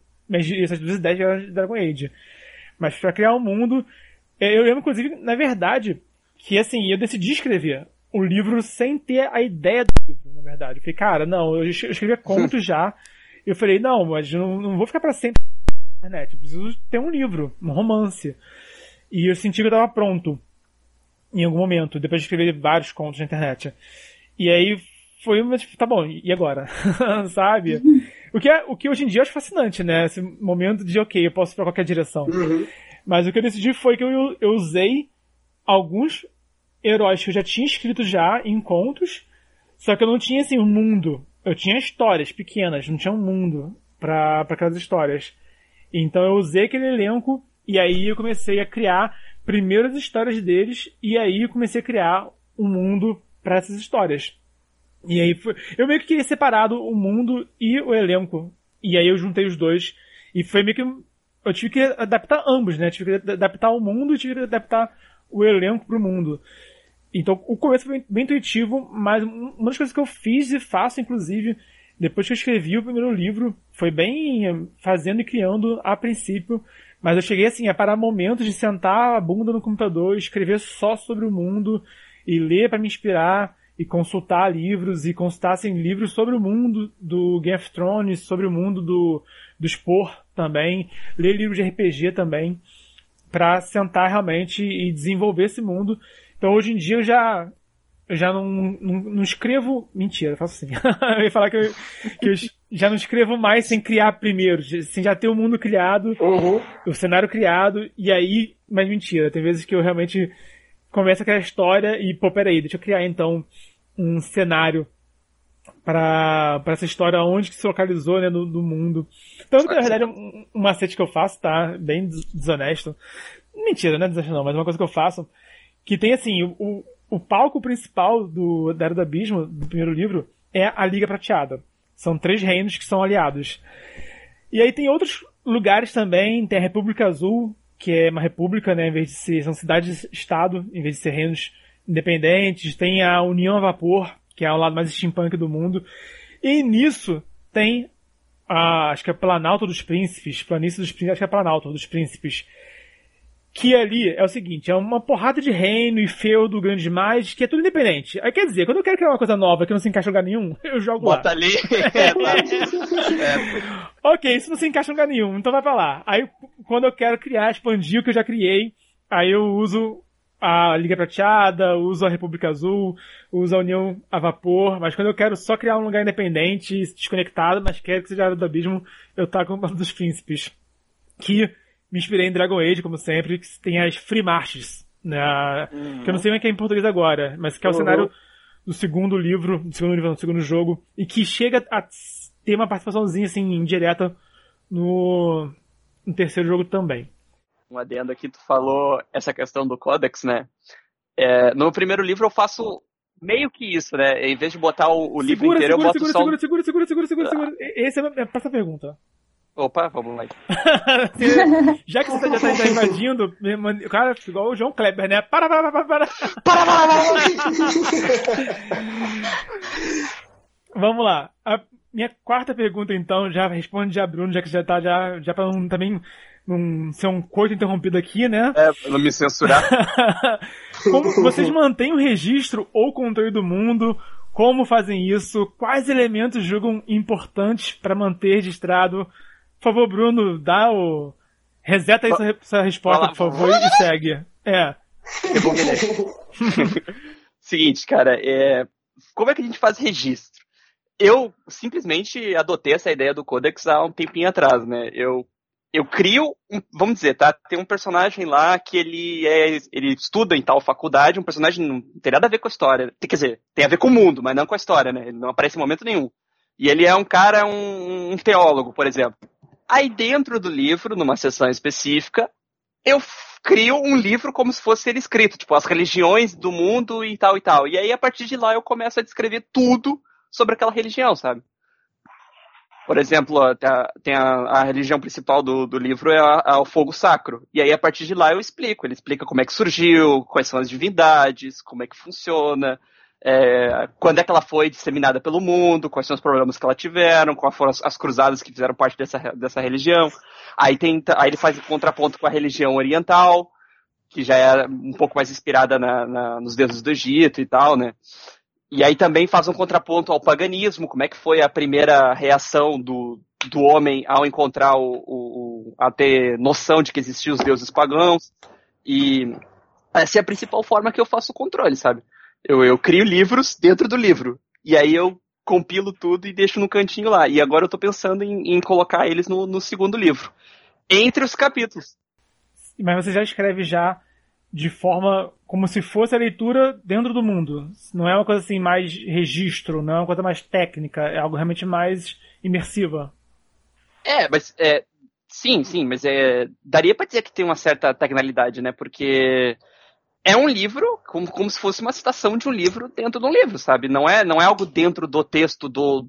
essas duas ideias eram de Dragon Age. Mas pra criar um mundo, eu lembro, inclusive, na verdade, que assim, eu decidi escrever o livro sem ter a ideia do livro, na verdade. Eu falei, cara, não, eu escrevia contos já. Eu falei, não, mas eu não vou ficar pra sempre na internet. Eu preciso ter um livro, um romance. E eu senti que eu estava pronto em algum momento, depois de escrever vários contos na internet. E aí foi uma, tipo, tá bom, e agora? Sabe? O que hoje em dia eu acho fascinante, né? Esse momento de, ok, eu posso ir pra qualquer direção. Mas o que eu decidi foi que eu usei alguns heróis que eu já tinha escrito já em contos, só que eu não tinha, assim, um mundo. Eu tinha histórias pequenas, não tinha um mundo pra aquelas histórias. Então eu usei aquele elenco e aí eu comecei a criar primeiro as histórias deles e aí eu comecei a criar um mundo para essas histórias. E aí eu meio que queria separado o mundo e o elenco. E aí eu juntei os dois e foi meio que eu tive que adaptar ambos, né? Tive que adaptar o mundo e tive que adaptar o elenco pro mundo. Então o começo foi bem intuitivo, mas uma das coisas que eu fiz e faço, inclusive, depois que eu escrevi o primeiro livro, foi bem fazendo e criando a princípio, mas eu cheguei assim a parar momentos de sentar a bunda no computador, escrever só sobre o mundo e ler para me inspirar e consultar livros e consultar assim, livros sobre o mundo do Game of Thrones, sobre o mundo do Spore também, ler livros de RPG também, para sentar realmente e desenvolver esse mundo. Então hoje em dia eu já não escrevo... Mentira, eu faço assim. Eu ia falar que eu já não escrevo mais sem criar primeiro, sem já ter o mundo criado, o cenário criado, e aí... Mas mentira, tem vezes que eu realmente começo aquela história e, pô, peraí, deixa eu criar então um cenário para essa história, onde que se localizou, né, no mundo. Então, na verdade, um macete que eu faço, tá? Bem desonesto. Mentira, não é desonesto não, mas uma coisa que eu faço, que tem assim, o palco principal da Era do Abismo, do primeiro livro, é a Liga Prateada. São 3 reinos que são aliados. E aí tem outros lugares também, tem a República Azul, que é uma república, né, em vez de são cidades-estado, em vez de ser reinos independentes. Tem a União a Vapor, que é o lado mais steampunk do mundo. E nisso tem acho que é Planalto dos Príncipes, Planície dos Príncipes, acho que é Planalto dos Príncipes, que ali é o seguinte, é uma porrada de reino e feudo grande demais, que é tudo independente. Aí quer dizer, quando eu quero criar uma coisa nova que não se encaixa em lugar nenhum, eu jogo Bota lá. ali. Ok, isso não se encaixa em lugar nenhum, então vai pra lá. Aí quando eu quero criar, expandir o que eu já criei, aí eu uso a Liga Prateada, uso a República Azul, uso a União a Vapor, mas quando eu quero só criar um lugar independente, desconectado, mas quero que seja a Era do Abismo, eu taco o Planalto dos Príncipes. Que me inspirei em Dragon Age, como sempre, que tem as Free Marches, né? Que eu não sei como é que é em português agora, mas que é o cenário do segundo jogo, e que chega a ter uma participaçãozinha, assim, indireta no terceiro jogo também. Um adendo aqui, tu falou essa questão do Codex, né? No primeiro livro eu faço meio que isso, né? Em vez de botar o livro inteiro, eu boto só... Segura. Essa é a próxima pergunta. Opa, vamos lá. Já que você já tá invadindo, cara, igual o João Kleber, né? Para! Vamos lá. A minha quarta pergunta, então, já responde já, Bruno, já que já tá, já pra não, também não ser um coito interrompido aqui, né? Pra não me censurar. Como vocês mantêm o registro ou controle do mundo? Como fazem isso? Quais elementos julgam importantes para manter registrado? Por favor, Bruno, reseta aí essa resposta, por favor, e segue. Eu vou Seguinte, cara, como é que a gente faz registro? Eu simplesmente adotei essa ideia do Codex há um tempinho atrás, né? Eu crio, vamos dizer, tá? Tem um personagem lá que ele estuda em tal faculdade, um personagem não tem nada a ver com a história. Quer dizer, tem a ver com o mundo, mas não com a história, né? Ele não aparece em momento nenhum. E ele é um cara, um teólogo, por exemplo. Aí dentro do livro, numa seção específica, eu crio um livro como se fosse ele escrito, tipo, as religiões do mundo e tal e tal. E aí, a partir de lá, eu começo a descrever tudo sobre aquela religião, sabe? Por exemplo, tem a religião principal do livro é o fogo sacro. E aí, a partir de lá, ele explica como é que surgiu, quais são as divindades, como é que funciona, quando é que ela foi disseminada pelo mundo, quais são os problemas que ela tiveram, quais foram as cruzadas que fizeram parte dessa religião. Aí ele faz o contraponto com a religião oriental, que já é um pouco mais inspirada nos deuses do Egito e tal, né? E aí também faz um contraponto ao paganismo, como é que foi a primeira reação do homem ao encontrar a ter noção de que existiam os deuses pagãos. E essa é a principal forma que eu faço o controle, sabe? Eu crio livros dentro do livro. E aí eu compilo tudo e deixo no cantinho lá. E agora eu tô pensando em colocar eles no segundo livro. Entre os capítulos. Mas você já escreve de forma como se fosse a leitura dentro do mundo. Não é uma coisa assim mais registro, não é uma coisa mais técnica. É algo realmente mais imersiva. Sim, mas daria pra dizer que tem uma certa tecnicalidade, né? Porque... é um livro, como se fosse uma citação de um livro dentro de um livro, sabe? Não é algo dentro do texto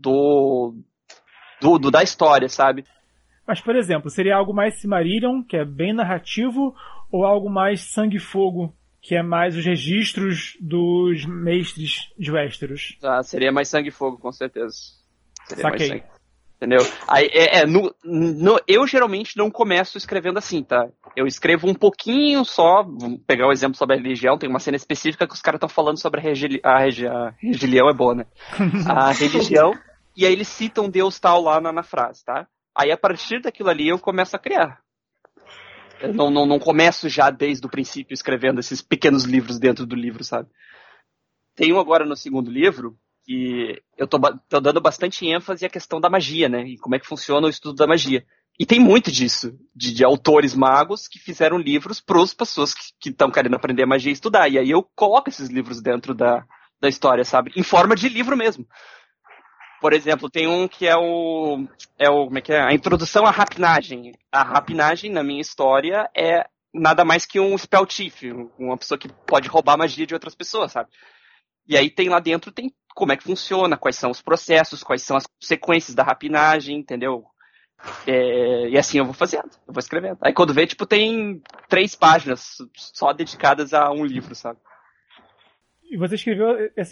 da história, sabe? Mas, por exemplo, seria algo mais Silmarillion, que é bem narrativo, ou algo mais Sangue e Fogo, que é mais os registros dos mestres de Westeros? Seria mais Sangue e Fogo, com certeza. Seria Saquei. Mais sangue. Entendeu? Aí, eu geralmente não começo escrevendo assim, tá? Eu escrevo um pouquinho só, vamos pegar o exemplo sobre a religião, tem uma cena específica que os caras estão falando sobre a religião, é boa, né? A religião, e aí eles citam Deus tal lá na frase, tá? Aí a partir daquilo ali eu começo a criar. Eu não começo já desde o princípio escrevendo esses pequenos livros dentro do livro, sabe? Tenho agora no segundo livro que eu tô dando bastante ênfase à questão da magia, né? E como é que funciona o estudo da magia. E tem muito disso, de autores magos que fizeram livros para as pessoas que estão querendo aprender magia e estudar. E aí eu coloco esses livros dentro da história, sabe? Em forma de livro mesmo. Por exemplo, tem um que como é que é? A introdução à rapinagem. A rapinagem, na minha história, é nada mais que um spell thief, uma pessoa que pode roubar magia de outras pessoas, sabe? E aí tem lá dentro, tem como é que funciona, quais são os processos, quais são as sequências da rapinagem, entendeu? E assim eu vou fazendo, eu vou escrevendo. Aí quando vê, tem 3 páginas só dedicadas a um livro, sabe? E você escreveu esses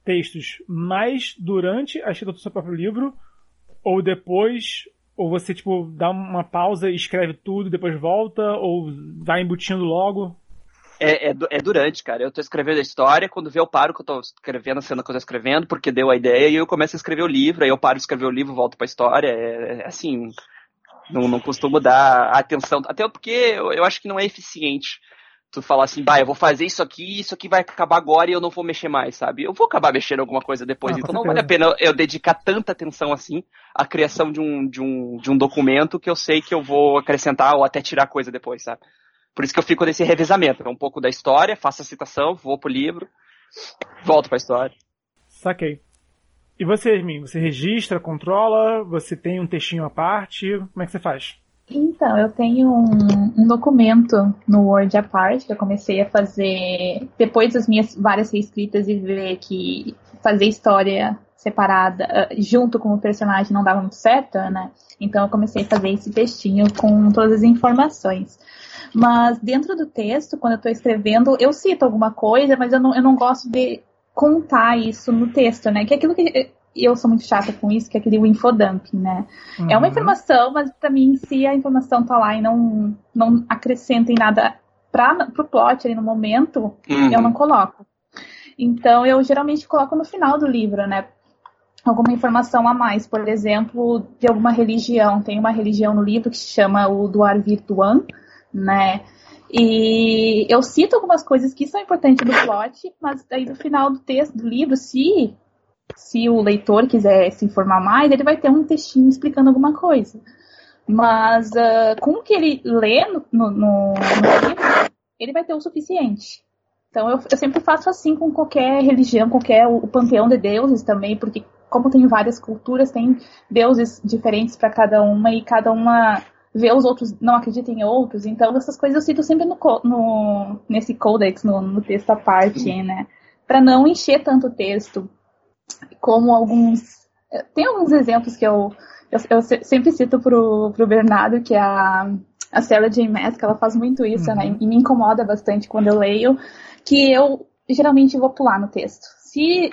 textos mais durante a escrita do seu próprio livro, ou depois, ou você, tipo, dá uma pausa e escreve tudo, depois volta, ou vai embutindo logo? É durante, cara. Eu tô escrevendo a história, quando vê eu paro que eu tô escrevendo a cena que eu tô escrevendo, porque deu a ideia, e eu começo a escrever o livro, aí eu paro de escrever o livro, volto pra história. Assim, não costumo dar atenção, até porque eu acho que não é eficiente tu falar assim, eu vou fazer isso aqui vai acabar agora e eu não vou mexer mais, sabe? Eu vou acabar mexendo alguma coisa depois, então não vale a pena eu dedicar tanta atenção assim à criação de um documento que eu sei que eu vou acrescentar ou até tirar coisa depois, sabe? Por isso que eu fico nesse revezamento, um pouco da história, faço a citação, vou pro livro, volto pra história. Saquei. E você, Yasmin, você registra, controla, você tem um textinho à parte, como é que você faz? Então, eu tenho um documento no Word à parte que eu comecei a fazer depois das minhas várias reescritas e ver que fazer história separada junto com o personagem não dava muito certo, né? Então eu comecei a fazer esse textinho com todas as informações. Mas dentro do texto, quando eu estou escrevendo, eu cito alguma coisa, mas eu não gosto de contar isso no texto, né? Que é aquilo que eu sou muito chata com isso, que é aquele infodump, né? Uhum. É uma informação, mas pra mim, se a informação tá lá e não acrescenta em nada pro plot ali no momento, eu não coloco. Então, eu geralmente coloco no final do livro, né? Alguma informação a mais, por exemplo, de alguma religião. Tem uma religião no livro que se chama o Duar Virtuan, né? E eu cito algumas coisas que são importantes do plot, mas aí no final do texto do livro, se o leitor quiser se informar mais, ele vai ter um textinho explicando alguma coisa. Mas com o que ele lê no livro, ele vai ter o suficiente. Então eu sempre faço assim com qualquer religião, o panteão de deuses também, porque como tem várias culturas, tem deuses diferentes para cada uma e cada uma vê os outros, não acredita em outros. Então essas coisas eu cito sempre nesse codex, no texto à parte, né? Para não encher tanto o texto. Como tem alguns exemplos que eu sempre cito pro Bernardo, que é a Sarah J. Maas, que ela faz muito isso, né? E me incomoda bastante quando eu leio, que eu geralmente vou pular no texto. Se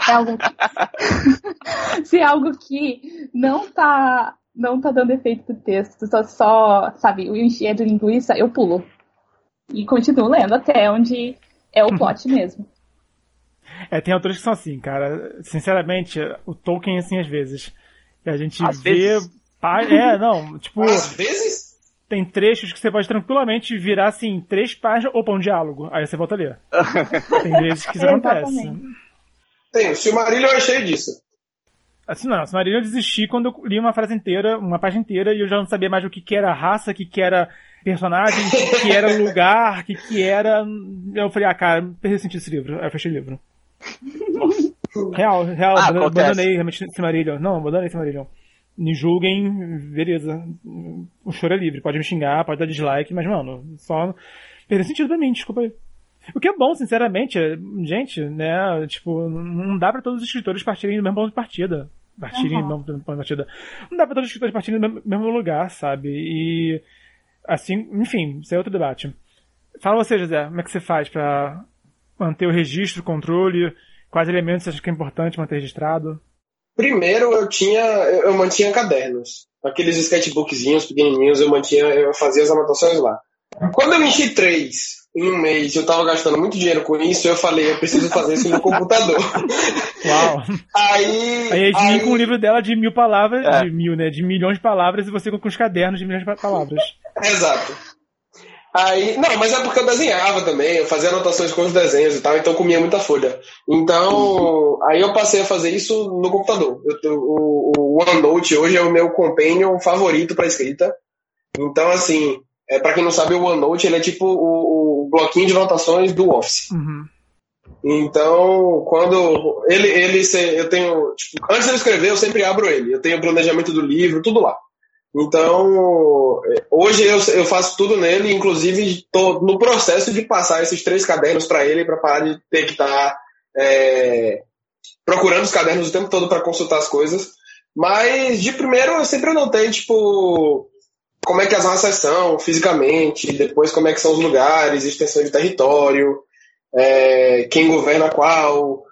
é algo que não tá dando efeito pro texto, só sabe, o encher de linguiça, eu pulo. E continuo lendo até onde é o plot mesmo. Tem autores que são assim, cara. Sinceramente, o Tolkien, assim, às vezes. E a gente às vê... vezes? Às vezes? Tem trechos que você pode tranquilamente virar, assim, 3 páginas, opa, um diálogo. Aí você volta a ler. Tem vezes que isso acontece. Tem, o Silmarillion eu achei disso. Assim, não, o Silmarillion eu desisti quando eu li uma frase inteira, uma página inteira, e eu já não sabia mais o que era raça, o que era personagem, o que era lugar, o que era... Eu falei, cara, perdi sentido esse livro. Aí eu fechei o livro. Real, abandonei realmente Silmarillion. Não, abandonei Silmarillion. Me julguem, beleza. O choro é livre, pode me xingar, pode dar dislike, mas, mano, só perdeu sentido pra mim, desculpa aí. O que é bom, sinceramente, gente, né, tipo, não dá pra todos os escritores partirem do mesmo ponto de partida. Não dá pra todos os escritores partirem do mesmo lugar, sabe? E, assim, enfim, isso é outro debate. Fala você, José, como é que você faz pra manter o registro, o controle, quais elementos você acha que é importante manter registrado? Primeiro eu mantinha cadernos. Aqueles sketchbookzinhos pequenininhos, eu fazia as anotações lá. Quando eu enchi 3 em um mês, eu tava gastando muito dinheiro com isso, eu falei, eu preciso fazer isso no computador. Uau! Aí com o livro dela de 1000 palavras, de milhões de palavras, e você com os cadernos de milhões de palavras. Exato. Não, mas é porque eu desenhava também, eu fazia anotações com os desenhos e tal, então comia muita folha. Então, aí eu passei a fazer isso no computador. O OneNote hoje é o meu companion favorito para escrita. Então, assim, para quem não sabe, o OneNote ele é tipo o bloquinho de anotações do Office. Uhum. Então, quando eu tenho, tipo, antes de eu escrever, eu sempre abro ele. Eu tenho o planejamento do livro, tudo lá. Então, hoje eu faço tudo nele, inclusive estou no processo de passar esses 3 cadernos para ele, para parar de ter que estar procurando os cadernos o tempo todo para consultar as coisas. Mas, de primeiro, eu sempre anotei, tipo, como é que as raças são fisicamente, depois como é que são os lugares, extensão de território, quem governa qual.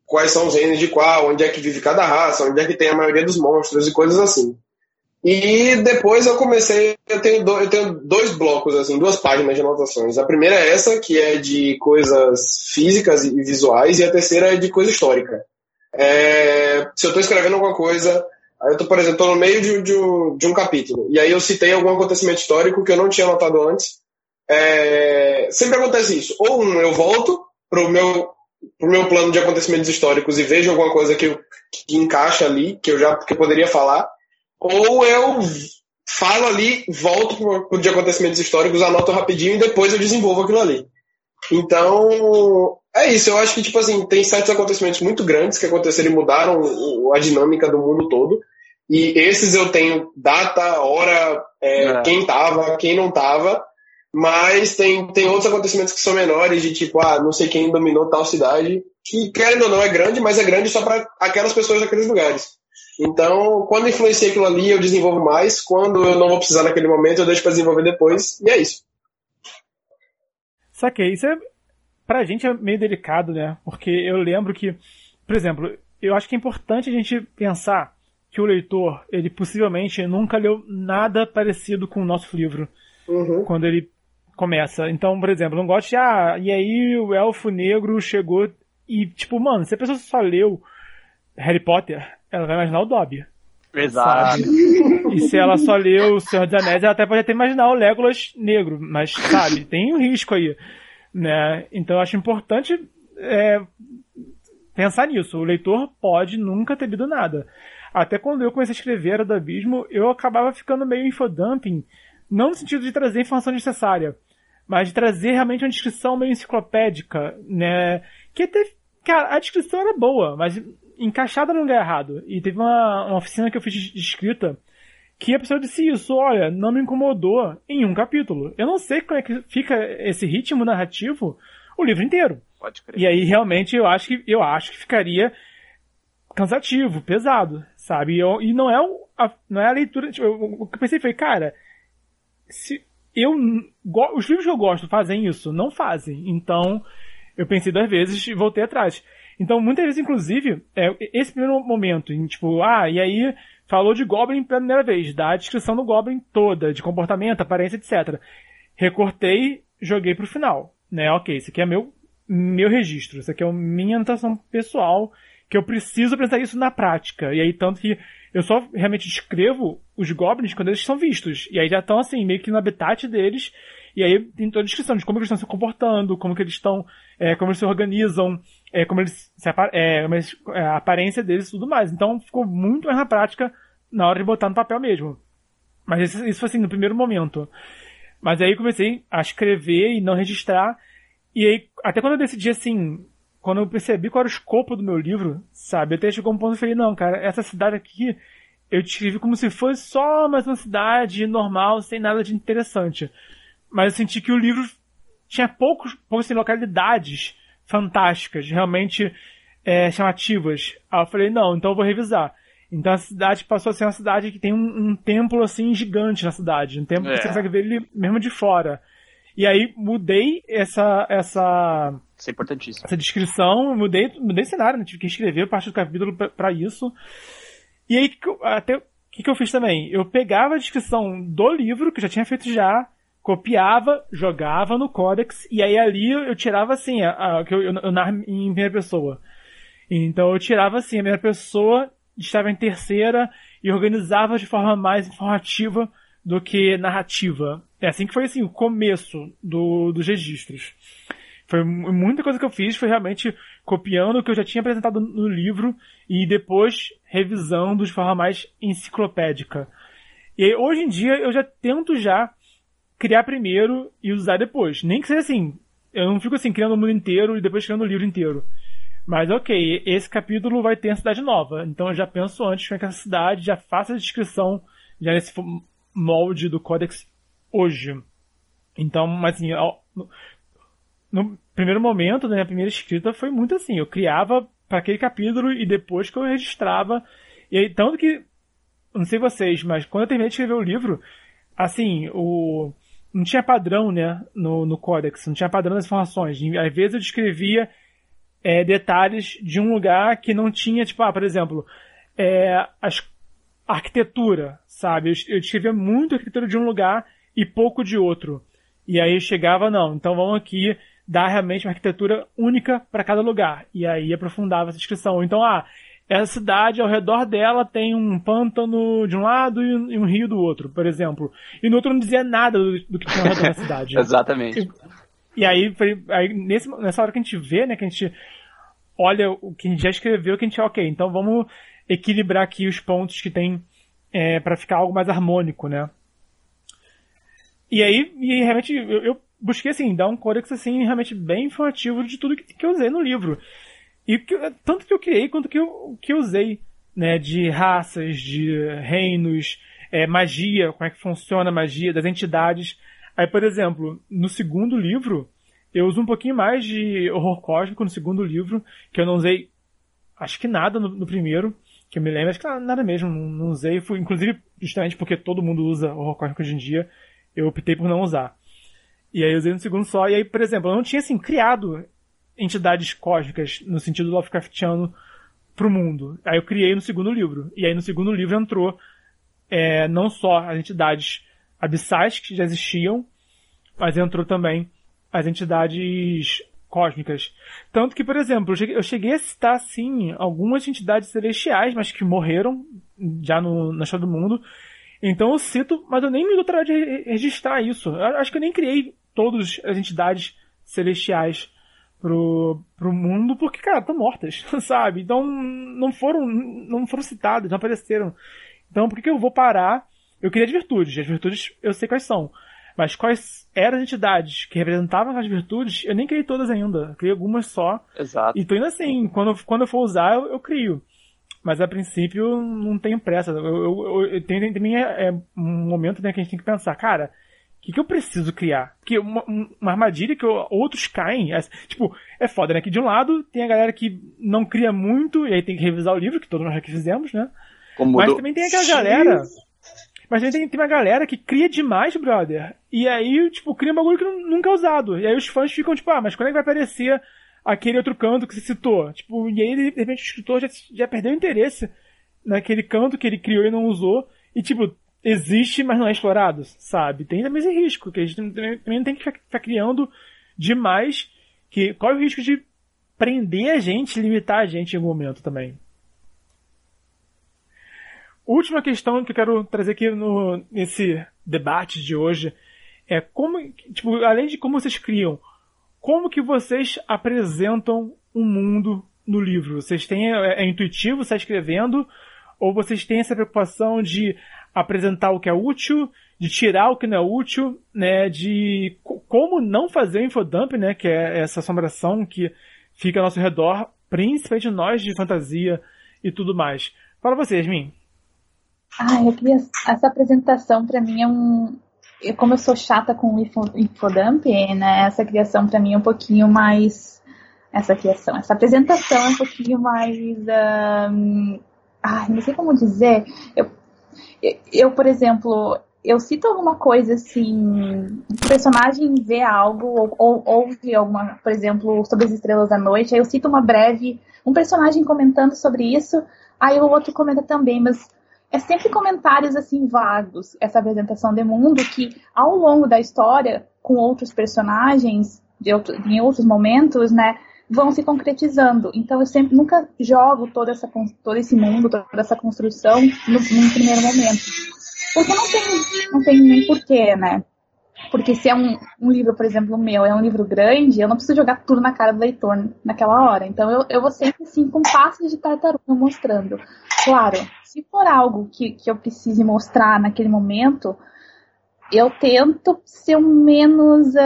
quais são os reinos de qual, onde é que vive cada raça, onde é que tem a maioria dos monstros e coisas assim. E depois eu tenho 2 blocos, assim, 2 páginas de anotações. A primeira é essa, que é de coisas físicas e visuais, e a terceira é de coisa histórica. Se eu estou escrevendo alguma coisa, aí eu tô, por exemplo, no meio de um capítulo, e aí eu citei algum acontecimento histórico que eu não tinha notado antes. Sempre acontece isso. Ou eu volto pro meu plano de acontecimentos históricos e vejo alguma coisa que encaixa ali, que eu poderia falar, ou eu falo ali, volto pro de acontecimentos históricos, anoto rapidinho e depois eu desenvolvo aquilo ali. Então, é isso. Eu acho que, tipo assim, tem certos acontecimentos muito grandes que aconteceram e mudaram a dinâmica do mundo todo. E esses eu tenho data, hora, quem tava, quem não tava. Mas tem outros acontecimentos que são menores, de tipo, não sei quem dominou tal cidade, que, querendo ou não, é grande, mas é grande só para aquelas pessoas daqueles lugares. Então, quando influencia aquilo ali, eu desenvolvo mais. Quando eu não vou precisar naquele momento, eu deixo para desenvolver depois. E é isso. Saquei. Isso pra gente é meio delicado, né? Porque eu lembro que, por exemplo, eu acho que é importante a gente pensar que o leitor, ele possivelmente nunca leu nada parecido com o nosso livro. Quando ele começa. Então, por exemplo, eu não gosto de, e aí o elfo negro chegou e, tipo, mano, se a pessoa só leu Harry Potter, ela vai imaginar o Dobby. Exato. Sabe? E se ela só leu O Senhor dos Anéis, ela até pode até imaginar o Legolas negro, mas, sabe, tem um risco aí, né? Então eu acho importante pensar nisso. O leitor pode nunca ter lido nada. Até quando eu comecei a escrever Era do Abismo, eu acabava ficando meio infodumping, não no sentido de trazer informação necessária, mas de trazer realmente uma descrição meio enciclopédica, né? Que até, cara, a descrição era boa, mas encaixada no lugar errado. E teve uma oficina que eu fiz de escrita que a pessoa disse isso, olha, não me incomodou em um capítulo. Eu não sei como é que fica esse ritmo narrativo o livro inteiro. Pode crer. E aí, realmente, eu acho que ficaria cansativo, pesado, sabe? E não é a leitura... Tipo, o que eu pensei foi, cara, os livros que eu gosto fazem isso? Não fazem. Então, eu pensei 2 vezes e voltei atrás. Então, muitas vezes, inclusive, esse primeiro momento, tipo, e aí falou de Goblin pela primeira vez, dá a descrição do Goblin toda, de comportamento, aparência, etc. Recortei, joguei pro final, né? Ok, isso aqui é meu registro, isso aqui é a minha anotação pessoal, que eu preciso apresentar isso na prática. E aí, tanto que eu só realmente descrevo os Goblins quando eles são vistos. E aí já estão, assim, meio que no habitat deles. E aí tem toda a descrição de como eles estão se comportando, como que eles estão, como eles se organizam, a aparência deles e tudo mais. Então ficou muito mais na prática na hora de botar no papel mesmo. Mas isso foi assim, no primeiro momento. Mas aí comecei a escrever e não registrar. E aí, até quando eu decidi assim, quando eu percebi qual era o escopo do meu livro, sabe? Até chegou um ponto que eu falei, não, cara, essa cidade aqui, eu descrevi como se fosse só mais uma cidade normal, sem nada de interessante. Mas eu senti que o livro tinha poucas assim, localidades fantásticas, realmente chamativas. Aí eu falei, não, então eu vou revisar. Então a cidade passou a ser uma cidade que tem um templo assim gigante na cidade. Um templo que você consegue ver ele mesmo de fora. E aí mudei Isso é importantíssimo. essa descrição, mudei o cenário, né? Tive que escrever parte do capítulo pra isso. E aí, até o que eu fiz também? Eu pegava a descrição do livro, que eu já tinha feito copiava, jogava no Codex, e aí ali eu tirava assim, que eu narro em primeira pessoa. Então eu tirava assim, a primeira pessoa estava em terceira e organizava de forma mais informativa do que narrativa. É assim que foi assim, o começo dos registros. Foi muita coisa que eu fiz, foi realmente copiando o que eu já tinha apresentado no livro e depois revisando de forma mais enciclopédica. E aí, hoje em dia eu já tento criar primeiro e usar depois. Nem que seja assim, eu não fico assim criando o mundo inteiro e depois criando o livro inteiro. Mas ok, esse capítulo vai ter a cidade nova, então eu já penso antes com essa cidade, já faço a descrição já nesse molde do Codex hoje. Então, mas assim, no primeiro momento, na minha primeira escrita, foi muito assim, eu criava para aquele capítulo e depois que eu registrava, e aí, tanto que, não sei vocês, mas quando eu terminei de escrever o livro, assim, não tinha padrão, né, no Codex, não tinha padrão das informações. Às vezes eu descrevia detalhes de um lugar que não tinha, tipo, por exemplo, a arquitetura, sabe? Eu descrevia muito a arquitetura de um lugar e pouco de outro. E aí chegava, não, então vamos aqui dar realmente uma arquitetura única para cada lugar. E aí aprofundava essa descrição. Então, essa cidade, ao redor dela, tem um pântano de um lado e um rio do outro, por exemplo. E no outro não dizia nada do que tinha ao redor da cidade. Exatamente. E aí nessa hora que a gente vê, né, que a gente olha o que a gente já escreveu, que a gente, ok, então vamos equilibrar aqui os pontos que tem para ficar algo mais harmônico, né? E realmente eu busquei, assim, dar um códex, assim, realmente bem informativo de tudo que eu usei no livro. E tanto que eu criei quanto que eu usei, né, de raças, de reinos, magia, como é que funciona a magia, das entidades. Aí, por exemplo, no segundo livro, eu uso um pouquinho mais de horror cósmico no segundo livro, que eu não usei, acho que nada no primeiro, que eu me lembro, acho que nada mesmo, não usei. Inclusive, justamente porque todo mundo usa horror cósmico hoje em dia, eu optei por não usar. E aí eu usei no segundo só, e aí, por exemplo, eu não tinha, assim, criado entidades cósmicas, no sentido Lovecraftiano, pro mundo. Aí eu criei no segundo livro. E aí no segundo livro entrou não só as entidades abissais que já existiam, mas entrou também as entidades cósmicas. Tanto que, por exemplo, eu cheguei a citar, sim, algumas entidades celestiais, mas que morreram já na história do mundo. Então eu cito, mas eu nem me dou trabalho de registrar isso. Eu acho que eu nem criei todas as entidades celestiais pro mundo, porque, cara, estão mortas, sabe? Então não foram citadas, não apareceram. Então por que eu vou parar? Eu queria as virtudes eu sei quais são. Mas quais eram as entidades que representavam as virtudes, eu nem criei todas ainda. Eu criei algumas só. Exato. E tô indo assim, quando eu for usar, eu crio. Mas a princípio não tenho pressa. Eu tenho também um momento, né, que a gente tem que pensar, cara, o que eu preciso criar? Porque uma armadilha que outros caem, tipo, é foda, né? Que de um lado tem a galera que não cria muito, e aí tem que revisar o livro, que todos nós aqui fizemos, né? Mas também tem aquela galera. Mas também tem uma galera que cria demais, brother. E aí, tipo, cria um bagulho que nunca é usado. E aí os fãs ficam, tipo, mas quando é que vai aparecer aquele outro canto que você citou? Tipo, e aí, de repente, o escritor já perdeu o interesse naquele canto que ele criou e não usou. E, tipo, existe, mas não é explorado, sabe? Tem também esse risco, que a gente também não tem que ficar criando demais. Qual é o risco de prender a gente, limitar a gente em algum momento também? Última questão que eu quero trazer aqui nesse debate de hoje é como, tipo, além de como vocês criam, como que vocês apresentam um mundo no livro? Vocês têm, intuitivo, você está escrevendo, ou vocês têm essa preocupação de apresentar o que é útil, de tirar o que não é útil, né, de como não fazer o infodump, né, que é essa assombração que fica ao nosso redor, principalmente nós de fantasia e tudo mais. Fala você, Yasmin. Eu queria... Essa apresentação pra mim como eu sou chata com o infodump, né, essa criação pra mim é um pouquinho mais... Essa apresentação é um pouquinho mais... não sei como dizer. Eu, por exemplo, eu cito alguma coisa assim, o personagem vê algo, ou ouve alguma, por exemplo, sobre as estrelas da noite, aí eu cito um personagem comentando sobre isso, aí o outro comenta também, mas é sempre comentários assim vagos, essa apresentação de mundo que ao longo da história, com outros personagens, em outros momentos, né, vão se concretizando. Então eu nunca jogo todo esse mundo, toda essa construção num primeiro momento. Porque não tem nem porquê, né? Porque se é um livro, por exemplo, o meu, é um livro grande, eu não preciso jogar tudo na cara do leitor naquela hora. Então eu vou sempre assim, com passos de tartaruga mostrando. Claro, se for algo que eu precise mostrar naquele momento, eu tento ser o menos...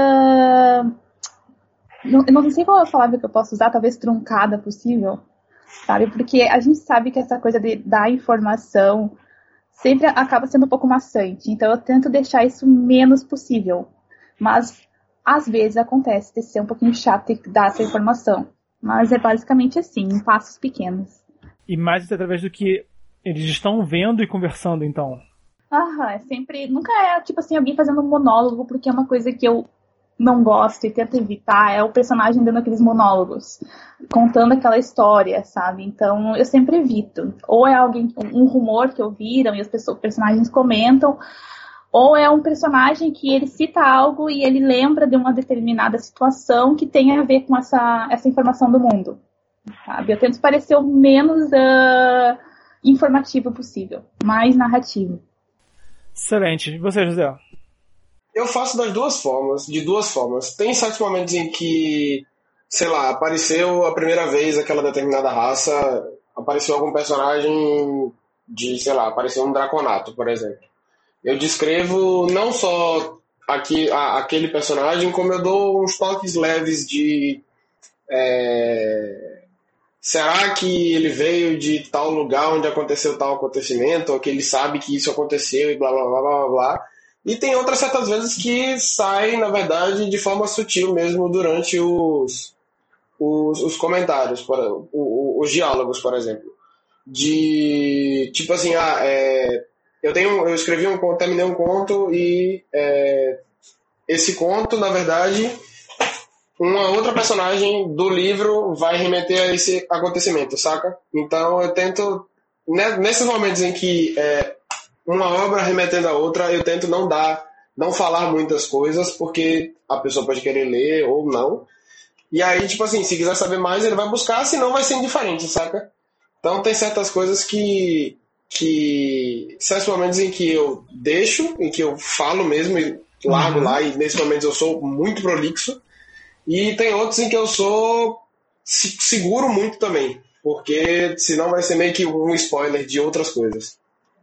Eu não sei qual é a palavra que eu posso usar, talvez truncada possível, sabe? Porque a gente sabe que essa coisa de dar informação sempre acaba sendo um pouco maçante. Então eu tento deixar isso o menos possível. Mas às vezes acontece de ser um pouquinho chato e dar essa informação. Mas é basicamente assim, em passos pequenos. E mais através do que eles estão vendo e conversando, então. É sempre... Nunca é, tipo assim, alguém fazendo um monólogo, porque é uma coisa que eu não gosto e tento evitar é o personagem dando aqueles monólogos, contando aquela história, sabe? Então eu sempre evito. Ou é um rumor que ouviram e os personagens comentam, ou é um personagem que ele cita algo e ele lembra de uma determinada situação que tem a ver com essa informação do mundo, sabe? Eu tento parecer o menos informativo possível, mais narrativo. Excelente. E você, José? Eu faço de duas formas. Tem certos momentos em que, sei lá, apareceu a primeira vez aquela determinada raça, apareceu algum personagem apareceu um Draconato, por exemplo. Eu descrevo não só aquele personagem, como eu dou uns toques leves de... será que ele veio de tal lugar onde aconteceu tal acontecimento, ou que ele sabe que isso aconteceu e blá blá blá blá blá. E tem outras certas vezes que sai, na verdade, de forma sutil mesmo durante os comentários, os diálogos, por exemplo. De tipo assim, eu escrevi um conto, terminei um conto e esse conto, na verdade, uma outra personagem do livro vai remeter a esse acontecimento, saca? Então eu tento, nesses momentos em que uma obra remetendo a outra, eu tento não falar muitas coisas, porque a pessoa pode querer ler ou não. E aí, tipo assim, se quiser saber mais, ele vai buscar, senão vai ser indiferente, saca? Então tem certas coisas que certos momentos em que eu deixo, em que eu falo mesmo e largo lá, e nesses momentos eu sou muito prolixo. E tem outros em que eu seguro muito também, porque senão vai ser meio que um spoiler de outras coisas.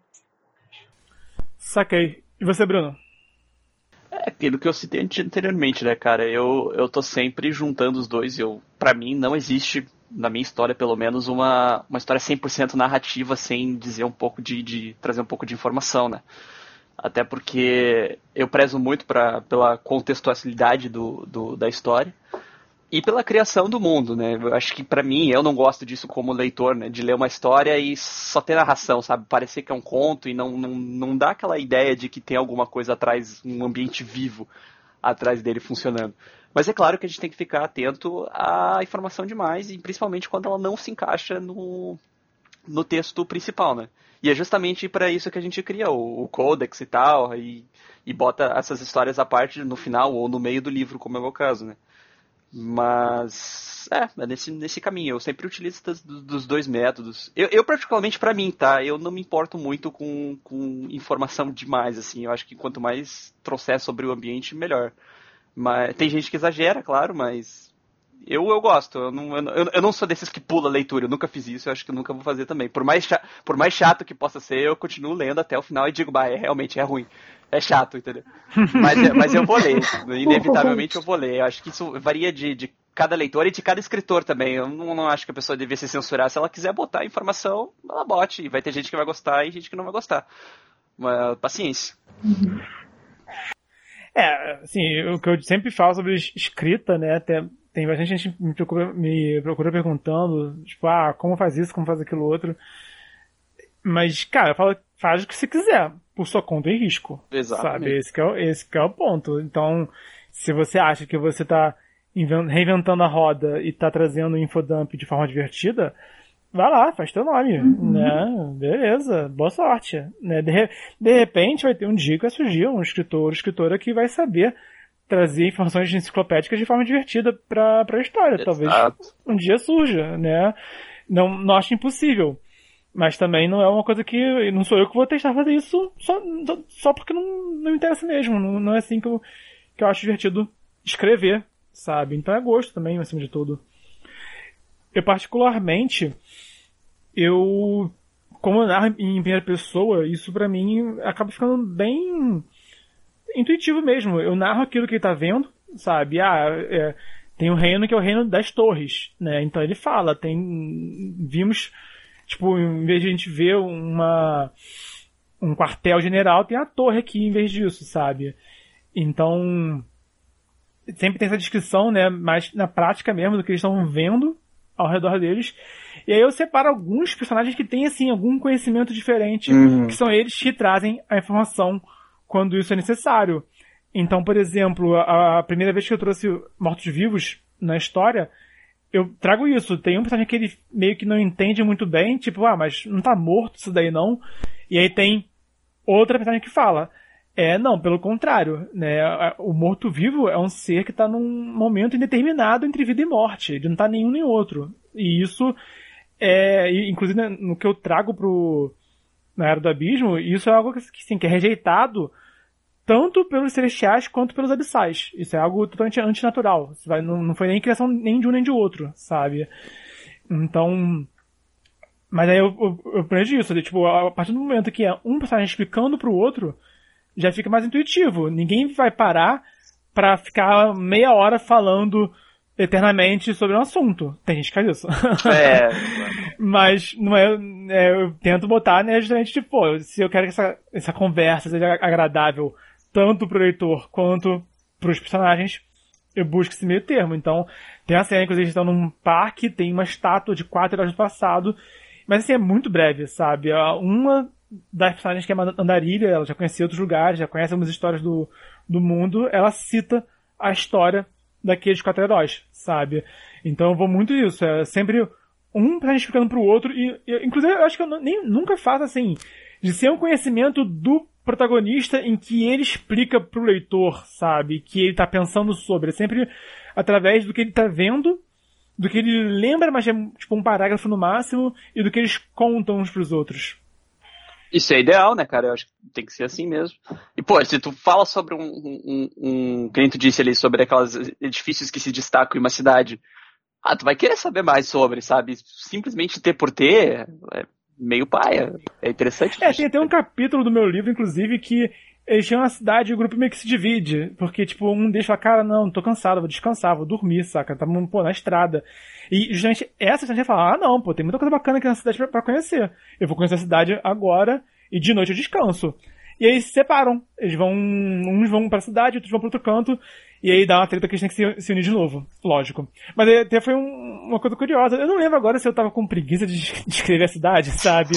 Saquei. E você, Bruno? É aquilo que eu citei anteriormente, né, cara? Eu tô sempre juntando os dois. Pra mim, não existe, na minha história, pelo menos, uma história 100% narrativa sem dizer um pouco trazer um pouco de informação, né? Até porque eu prezo muito pela contextualidade da história e pela criação do mundo, né? Eu acho que pra mim, eu não gosto disso como leitor, né? De ler uma história e só ter narração, sabe? Parecer que é um conto e não dá aquela ideia de que tem alguma coisa atrás, um ambiente vivo atrás dele funcionando. Mas é claro que a gente tem que ficar atento à informação demais e principalmente quando ela não se encaixa no texto principal, né? E é justamente para isso que a gente cria o Codex e tal, e bota essas histórias à parte no final ou no meio do livro, como é o meu caso, né? Mas é nesse caminho. Eu sempre utilizo dos dois métodos. Eu particularmente, para mim, tá? Eu não me importo muito com informação demais, assim. Eu acho que quanto mais trouxer sobre o ambiente, melhor. Mas tem gente que exagera, claro, mas eu gosto. Eu não sou desses que pula a leitura. Eu nunca fiz isso. Eu acho que eu nunca vou fazer também. Por mais chato que possa ser, eu continuo lendo até o final e digo, realmente é ruim. É chato, entendeu? Mas eu vou ler. Inevitavelmente eu vou ler. Eu acho que isso varia de cada leitor e de cada escritor também. Eu não acho que a pessoa devia se censurar. Se ela quiser botar a informação, ela bote. E vai ter gente que vai gostar e gente que não vai gostar. Mas, paciência. Assim, o que eu sempre falo sobre escrita, né? Tem bastante gente me procura perguntando, tipo, como faz isso, como faz aquilo outro. Mas, cara, eu falo, faz o que você quiser, por sua conta e risco. Exatamente. Sabe? Esse que é o ponto. Então, se você acha que você tá reinventando a roda e tá trazendo infodump de forma divertida, vai lá, faz teu nome, né? Beleza, boa sorte. Né? De repente vai ter um dia que vai surgir um escritor ou escritora que vai saber trazer informações enciclopédicas de forma divertida pra história. Exato. Talvez um dia surja, né? Não acho impossível. Mas também não é uma coisa que... Não sou eu que vou testar fazer isso só porque não me interessa mesmo. Não é assim que eu acho divertido escrever, sabe? Então é gosto também, acima de tudo. Eu particularmente... Como eu narro em primeira pessoa, isso pra mim acaba ficando bem intuitivo mesmo. Eu narro aquilo que ele tá vendo, sabe? Tem um reino que é o reino das torres, né? Então ele fala, vimos... Tipo, em vez de a gente ver um quartel-general, tem a torre aqui em vez disso, sabe? Então, sempre tem essa descrição, né? Mas na prática mesmo, do que eles estão vendo ao redor deles. E aí eu separo alguns personagens que têm, assim, algum conhecimento diferente, que são eles que trazem a informação quando isso é necessário. Então, por exemplo, a primeira vez que eu trouxe Mortos-Vivos na história, eu trago isso. Tem um personagem que ele meio que não entende muito bem, tipo, mas não tá morto isso daí não. E aí tem outra personagem que fala, não, pelo contrário, né? O morto-vivo é um ser que tá num momento indeterminado entre vida e morte. Ele não tá nenhum nem outro. E isso inclusive no que eu trago na Era do Abismo, isso é algo que é rejeitado tanto pelos celestiais quanto pelos abissais. Isso é algo totalmente antinatural. Não foi nem criação nem de um nem de outro, sabe? Então... Mas aí eu aprendi isso. Tipo, a partir do momento que é um personagem explicando pro outro, já fica mais intuitivo. Ninguém vai parar pra ficar meia hora falando eternamente sobre um assunto. Tem gente que faz isso. Mas não eu tento botar, né, justamente, tipo, se eu quero que essa conversa seja agradável tanto pro leitor quanto pros personagens, eu busco esse meio termo. Então, tem a cena, inclusive, eles estão num parque, tem uma estátua de 4 heróis do passado, mas assim, é muito breve, sabe? Uma das personagens que é Andarilha, ela já conhecia outros lugares, já conhece algumas histórias do mundo, ela cita a história daqueles 4 heróis, sabe? Então eu vou muito nisso, é sempre um personagem explicando pro outro, e inclusive eu acho que eu nunca faço assim, de ser um conhecimento do protagonista em que ele explica pro leitor, sabe? Que ele tá pensando sobre. É sempre através do que ele tá vendo, do que ele lembra, mas é tipo um parágrafo no máximo, e do que eles contam uns pros outros. Isso é ideal, né, cara? Eu acho que tem que ser assim mesmo. E, pô, se tu fala sobre que nem tu disse ali, sobre aqueles edifícios que se destacam em uma cidade, tu vai querer saber mais sobre, sabe? Simplesmente ter por ter é meio paia. É interessante. Tem até um capítulo do meu livro, inclusive, que eles tinham uma cidade e o grupo meio que se divide. Porque, tipo, um deles fala, cara, não, tô cansado, vou descansar, vou dormir, saca? Tá, na estrada. E, justamente, essa cidade fala, não, pô, tem muita coisa bacana aqui na cidade pra conhecer. Eu vou conhecer a cidade agora e de noite eu descanso. E aí se separam. Uns vão pra cidade, outros vão pro outro canto. E aí dá uma treta que eles têm que se unir de novo. Lógico. Mas até foi uma coisa curiosa. Eu não lembro agora se eu tava com preguiça de escrever a cidade, sabe?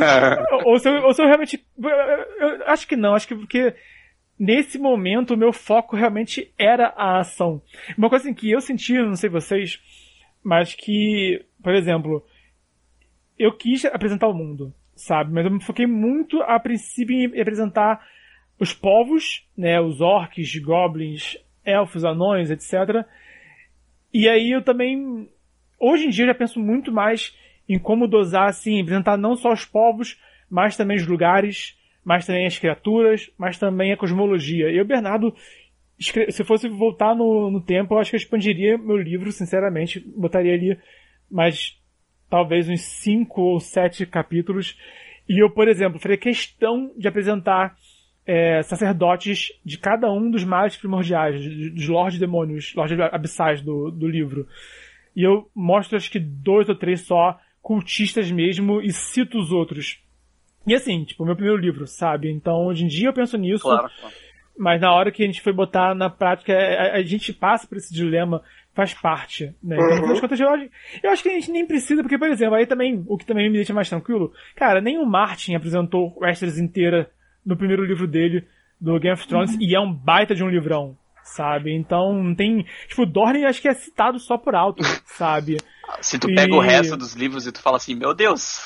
ou se eu realmente... Eu acho que não. Acho que porque nesse momento o meu foco realmente era a ação. Uma coisa assim, que eu senti, não sei vocês, mas que, por exemplo, eu quis apresentar o mundo, sabe? Mas eu me foquei muito a princípio em apresentar os povos, né? Os orcs, goblins, elfos, anões, etc. E aí eu também, hoje em dia, eu já penso muito mais em como dosar, assim, apresentar não só os povos, mas também os lugares, mas também as criaturas, mas também a cosmologia. E o Bernardo, se fosse voltar no tempo, eu acho que eu expandiria meu livro, sinceramente, botaria ali mais, talvez, uns 5 ou 7 capítulos. E eu, por exemplo, faria questão de apresentar sacerdotes de cada um dos males primordiais, dos lordes demônios, lordes abissais do livro. E eu mostro, acho que 2 ou 3 só, cultistas mesmo, e cito os outros. E assim, tipo, meu primeiro livro, sabe? Então, hoje em dia eu penso nisso, claro. Mas na hora que a gente foi botar na prática, a gente passa por esse dilema, faz parte, né? Então, no final das contas, eu acho que a gente nem precisa, porque, por exemplo, aí também, o que também me deixa mais tranquilo, cara, nem o Martin apresentou Westeros inteira no primeiro livro dele, do Game of Thrones, e é um baita de um livrão, sabe? Então, não tem... Tipo, Dorne acho que é citado só por alto, sabe? Se tu pega o resto dos livros e tu fala assim, meu Deus...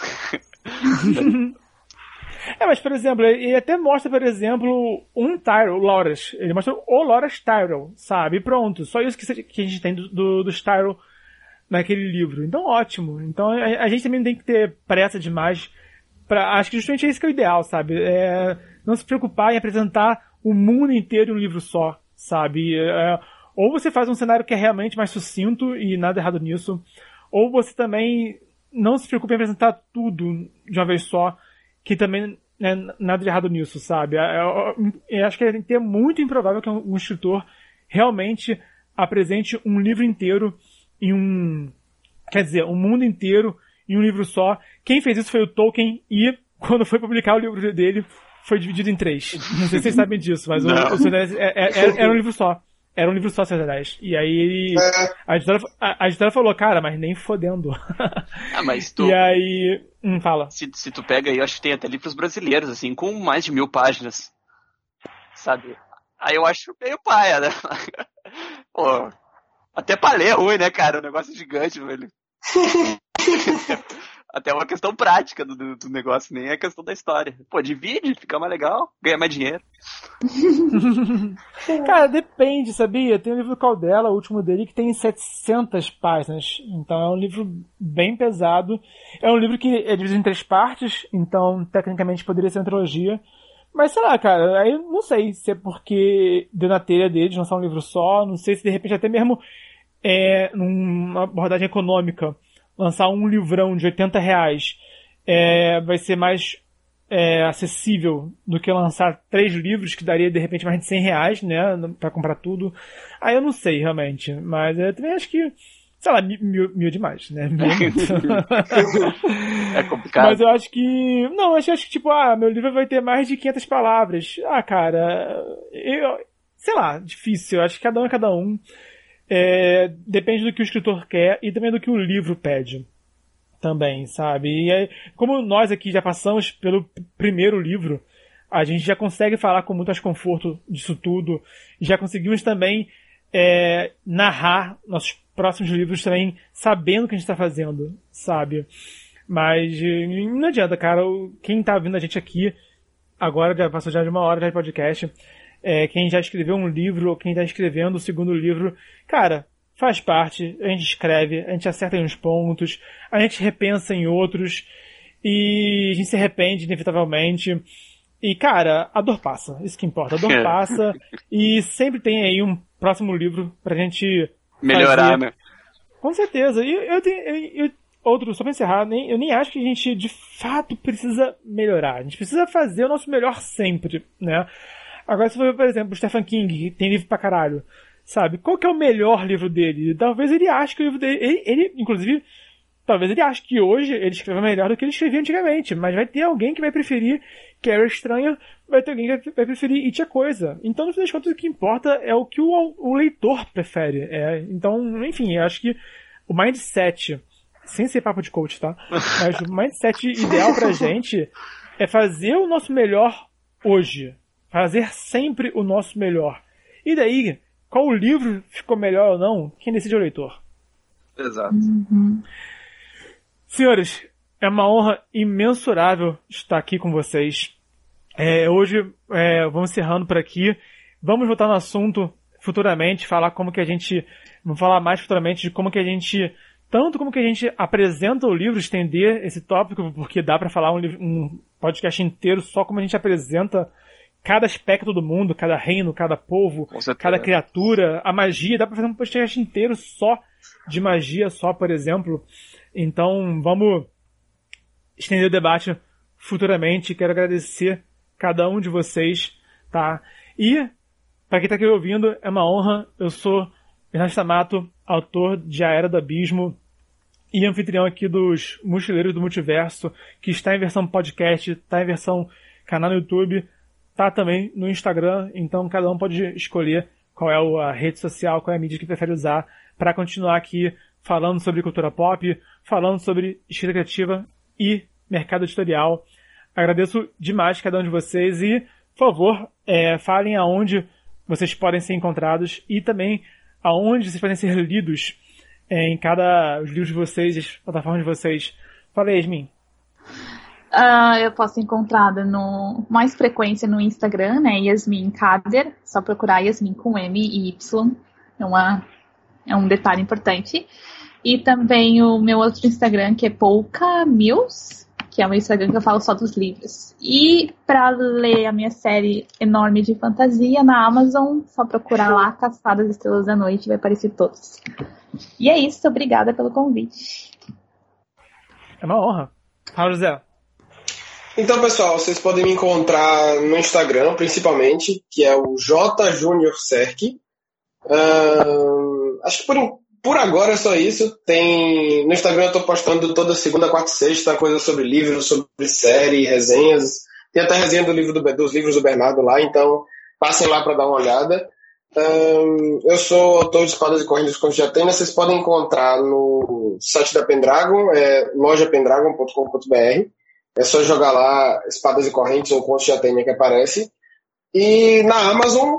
Mas, por exemplo, ele até mostra, por exemplo, um Tyrell, o Loras. Ele mostra o Loras Tyrell, sabe? E pronto. Só isso que a gente tem dos Tyrell naquele livro. Então, ótimo. Então, a gente também não tem que ter pressa demais. Acho que justamente é isso que é o ideal, sabe? Não se preocupar em apresentar o mundo inteiro em um livro só, sabe? Ou você faz um cenário que é realmente mais sucinto e nada errado nisso. Ou você também não se preocupa em apresentar tudo de uma vez só, que também nada de errado nisso, sabe? Eu acho que é muito improvável que um escritor realmente apresente um livro inteiro um mundo inteiro em um livro só. Quem fez isso foi o Tolkien, e quando foi publicar o livro dele, foi dividido em 3. Não sei se vocês sabem disso, mas o Senhor dos Anéis era um livro só. Era um livro só, Senhor dos Anéis. E aí a editora falou, cara, mas nem fodendo. Mas tu... E aí... fala. Se tu pega aí, eu acho que tem até livros brasileiros, assim, com mais de 1000 páginas. Sabe? Aí eu acho meio paia, né? Pô, até pra ler é ruim, né, cara? O negócio é gigante, velho. Até uma questão prática do negócio, nem é questão da história. Pô, divide, fica mais legal, ganha mais dinheiro. Cara, depende, sabia? Tem o livro Caldela, o último dele, que tem 700 páginas. Então é um livro bem pesado. É um livro que é dividido em 3 partes, então tecnicamente poderia ser uma trilogia. Mas sei lá, cara, aí não sei se é porque deu na telha dele de lançar um livro só, não sei se de repente até mesmo numa abordagem econômica, lançar um livrão de R$80 vai ser mais acessível do que lançar 3 livros que daria de repente mais de R$100, né, pra comprar tudo. Aí eu não sei realmente, mas eu também acho que, sei lá, mil demais, né? É complicado. Mas eu acho que, não, acho que tipo, meu livro vai ter mais de 500 palavras. Cara, sei lá, difícil, eu acho que cada um é cada um. Depende do que o escritor quer e também do que o livro pede também, sabe? E aí, como nós aqui já passamos pelo primeiro livro, a gente já consegue falar com muito mais conforto disso tudo, já conseguimos também narrar nossos próximos livros também sabendo o que a gente está fazendo, sabe? Mas não adianta, cara, quem tá ouvindo a gente aqui agora, já passou já de 1 hora já de podcast, quem já escreveu um livro, ou quem tá escrevendo o segundo livro, cara, faz parte, a gente escreve, a gente acerta em uns pontos, a gente repensa em outros, e a gente se arrepende inevitavelmente. E, cara, a dor passa, isso que importa, a dor passa, e sempre tem aí um próximo livro pra gente melhorar, fazer. né? Com certeza, e outro, só pra encerrar, eu nem acho que a gente de fato precisa melhorar, a gente precisa fazer o nosso melhor sempre, né? Agora, se for ver, por exemplo, o Stephen King, que tem livro pra caralho, sabe? Qual que é o melhor livro dele? Talvez ele ache que o livro dele... Ele inclusive, talvez ele ache que hoje ele escreve melhor do que ele escrevia antigamente, mas vai ter alguém que vai preferir Carrie Estranha, vai ter alguém que vai preferir It a Coisa. Então, no fim das contas, o que importa é o que o leitor prefere. Então, enfim, eu acho que o mindset, sem ser papo de coach, tá? Mas o mindset ideal pra gente é fazer o nosso melhor hoje. Fazer sempre o nosso melhor. E daí, qual o livro ficou melhor ou não, quem decide é o leitor. Exato. Senhores, é uma honra imensurável estar aqui com vocês. Hoje, vamos encerrando por aqui. Vamos voltar no assunto futuramente, vamos falar mais futuramente de como que a gente, tanto como que a gente apresenta o livro, estender esse tópico, porque dá pra falar um podcast inteiro só como a gente apresenta cada aspecto do mundo, cada reino, cada povo, cada criatura, a magia, dá pra fazer um podcast inteiro só de magia, por exemplo. Então, vamos estender o debate futuramente. Quero agradecer cada um de vocês, tá? E, pra quem tá aqui ouvindo, é uma honra. Eu sou Bernardo Stamato, autor de A Era do Abismo e anfitrião aqui dos Mochileiros do Multiverso, que está em versão podcast, está em versão canal no YouTube, tá também no Instagram, então cada um pode escolher qual é a rede social, qual é a mídia que prefere usar para continuar aqui falando sobre cultura pop, falando sobre escrita criativa e mercado editorial. Agradeço demais cada um de vocês e, por favor, falem aonde vocês podem ser encontrados e também aonde vocês podem ser lidos em os livros de vocês, as plataformas de vocês. Fala aí, Yasmin. Eu posso ser encontrada mais frequência no Instagram, né? Yasmin Kader. Só procurar Yasmin com M e Y. É um detalhe importante. E também o meu outro Instagram, que é Pouca Mills, que é o meu Instagram que eu falo só dos livros. E para ler a minha série enorme de fantasia na Amazon, só procurar lá Caçadas Estrelas da Noite, vai aparecer todos. E é isso, obrigada pelo convite. É uma honra. Fala, José. Então, pessoal, vocês podem me encontrar no Instagram, principalmente, que é o JJuniorCerc. Acho que por agora é só isso. No Instagram eu tô postando toda segunda, quarta e sexta coisa sobre livros, sobre série, resenhas. Tem até resenha dos livros do Bernardo lá, então passem lá para dar uma olhada. Eu sou autor de Espadas e Correntes dos Contos de Atena. Vocês podem encontrar no site da Pendragon, lojapendragon.com.br. É só jogar lá Espadas e Correntes ou Contos de Atena que aparece. E na Amazon,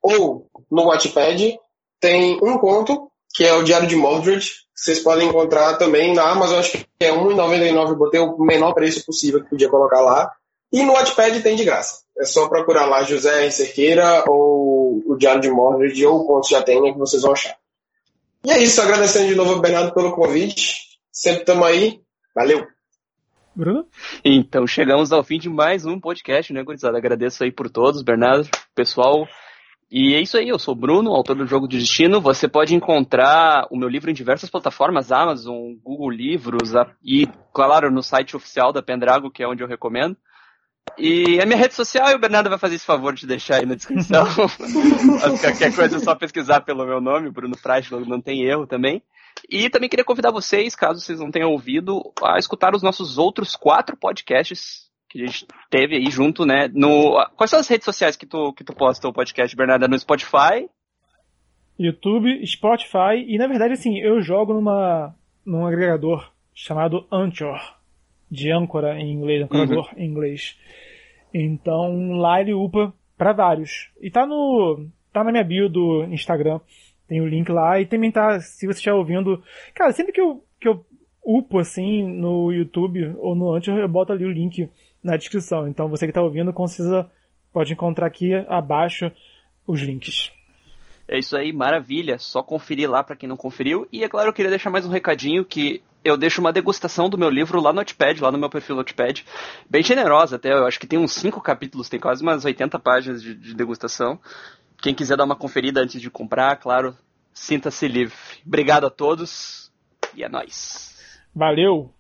ou no Wattpad, tem um conto, que é o Diário de Mordred, que vocês podem encontrar também na Amazon, acho que é R$1,99, eu botei o menor preço possível que podia colocar lá. E no Wattpad tem de graça. É só procurar lá José R. Cerqueira ou o Diário de Mordred ou o Conto de Atena que vocês vão achar. E é isso, agradecendo de novo ao Bernardo pelo convite. Sempre estamos aí. Valeu! Bruno? Então chegamos ao fim de mais um podcast, né, gurizada? Agradeço aí por todos, Bernardo, pessoal. E é isso aí, eu sou o Bruno, autor do Jogo de Destino. Você pode encontrar o meu livro em diversas plataformas, Amazon, Google Livros e, claro, no site oficial da Pendragon, que é onde eu recomendo. E a minha rede social, e o Bernardo vai fazer esse favor de deixar aí na descrição. Qualquer coisa é só pesquisar pelo meu nome, Bruno Freitag, não tem erro também. E também queria convidar vocês, caso vocês não tenham ouvido, a escutar os nossos outros 4 podcasts que a gente teve aí junto, né? Quais são as redes sociais que tu posta o podcast, Bernardo? No Spotify? YouTube, Spotify, e na verdade, assim, eu jogo num agregador chamado Anchor, de âncora em inglês, ancorador em inglês. Então, lá ele upa pra vários. E tá na minha bio do Instagram, tem o link lá, e também tá, se você estiver ouvindo... Cara, sempre que eu upo, assim, no YouTube ou no Anchor, eu boto ali o link na descrição. Então, você que tá ouvindo, com certeza pode encontrar aqui abaixo os links. É isso aí, maravilha. Só conferir lá pra quem não conferiu. E, é claro, eu queria deixar mais um recadinho que eu deixo uma degustação do meu livro lá no Wattpad, lá no meu perfil no Wattpad. Bem generosa até, eu acho que tem uns 5 capítulos, tem quase umas 80 páginas de degustação. Quem quiser dar uma conferida antes de comprar, claro, sinta-se livre. Obrigado a todos e é nóis. Valeu!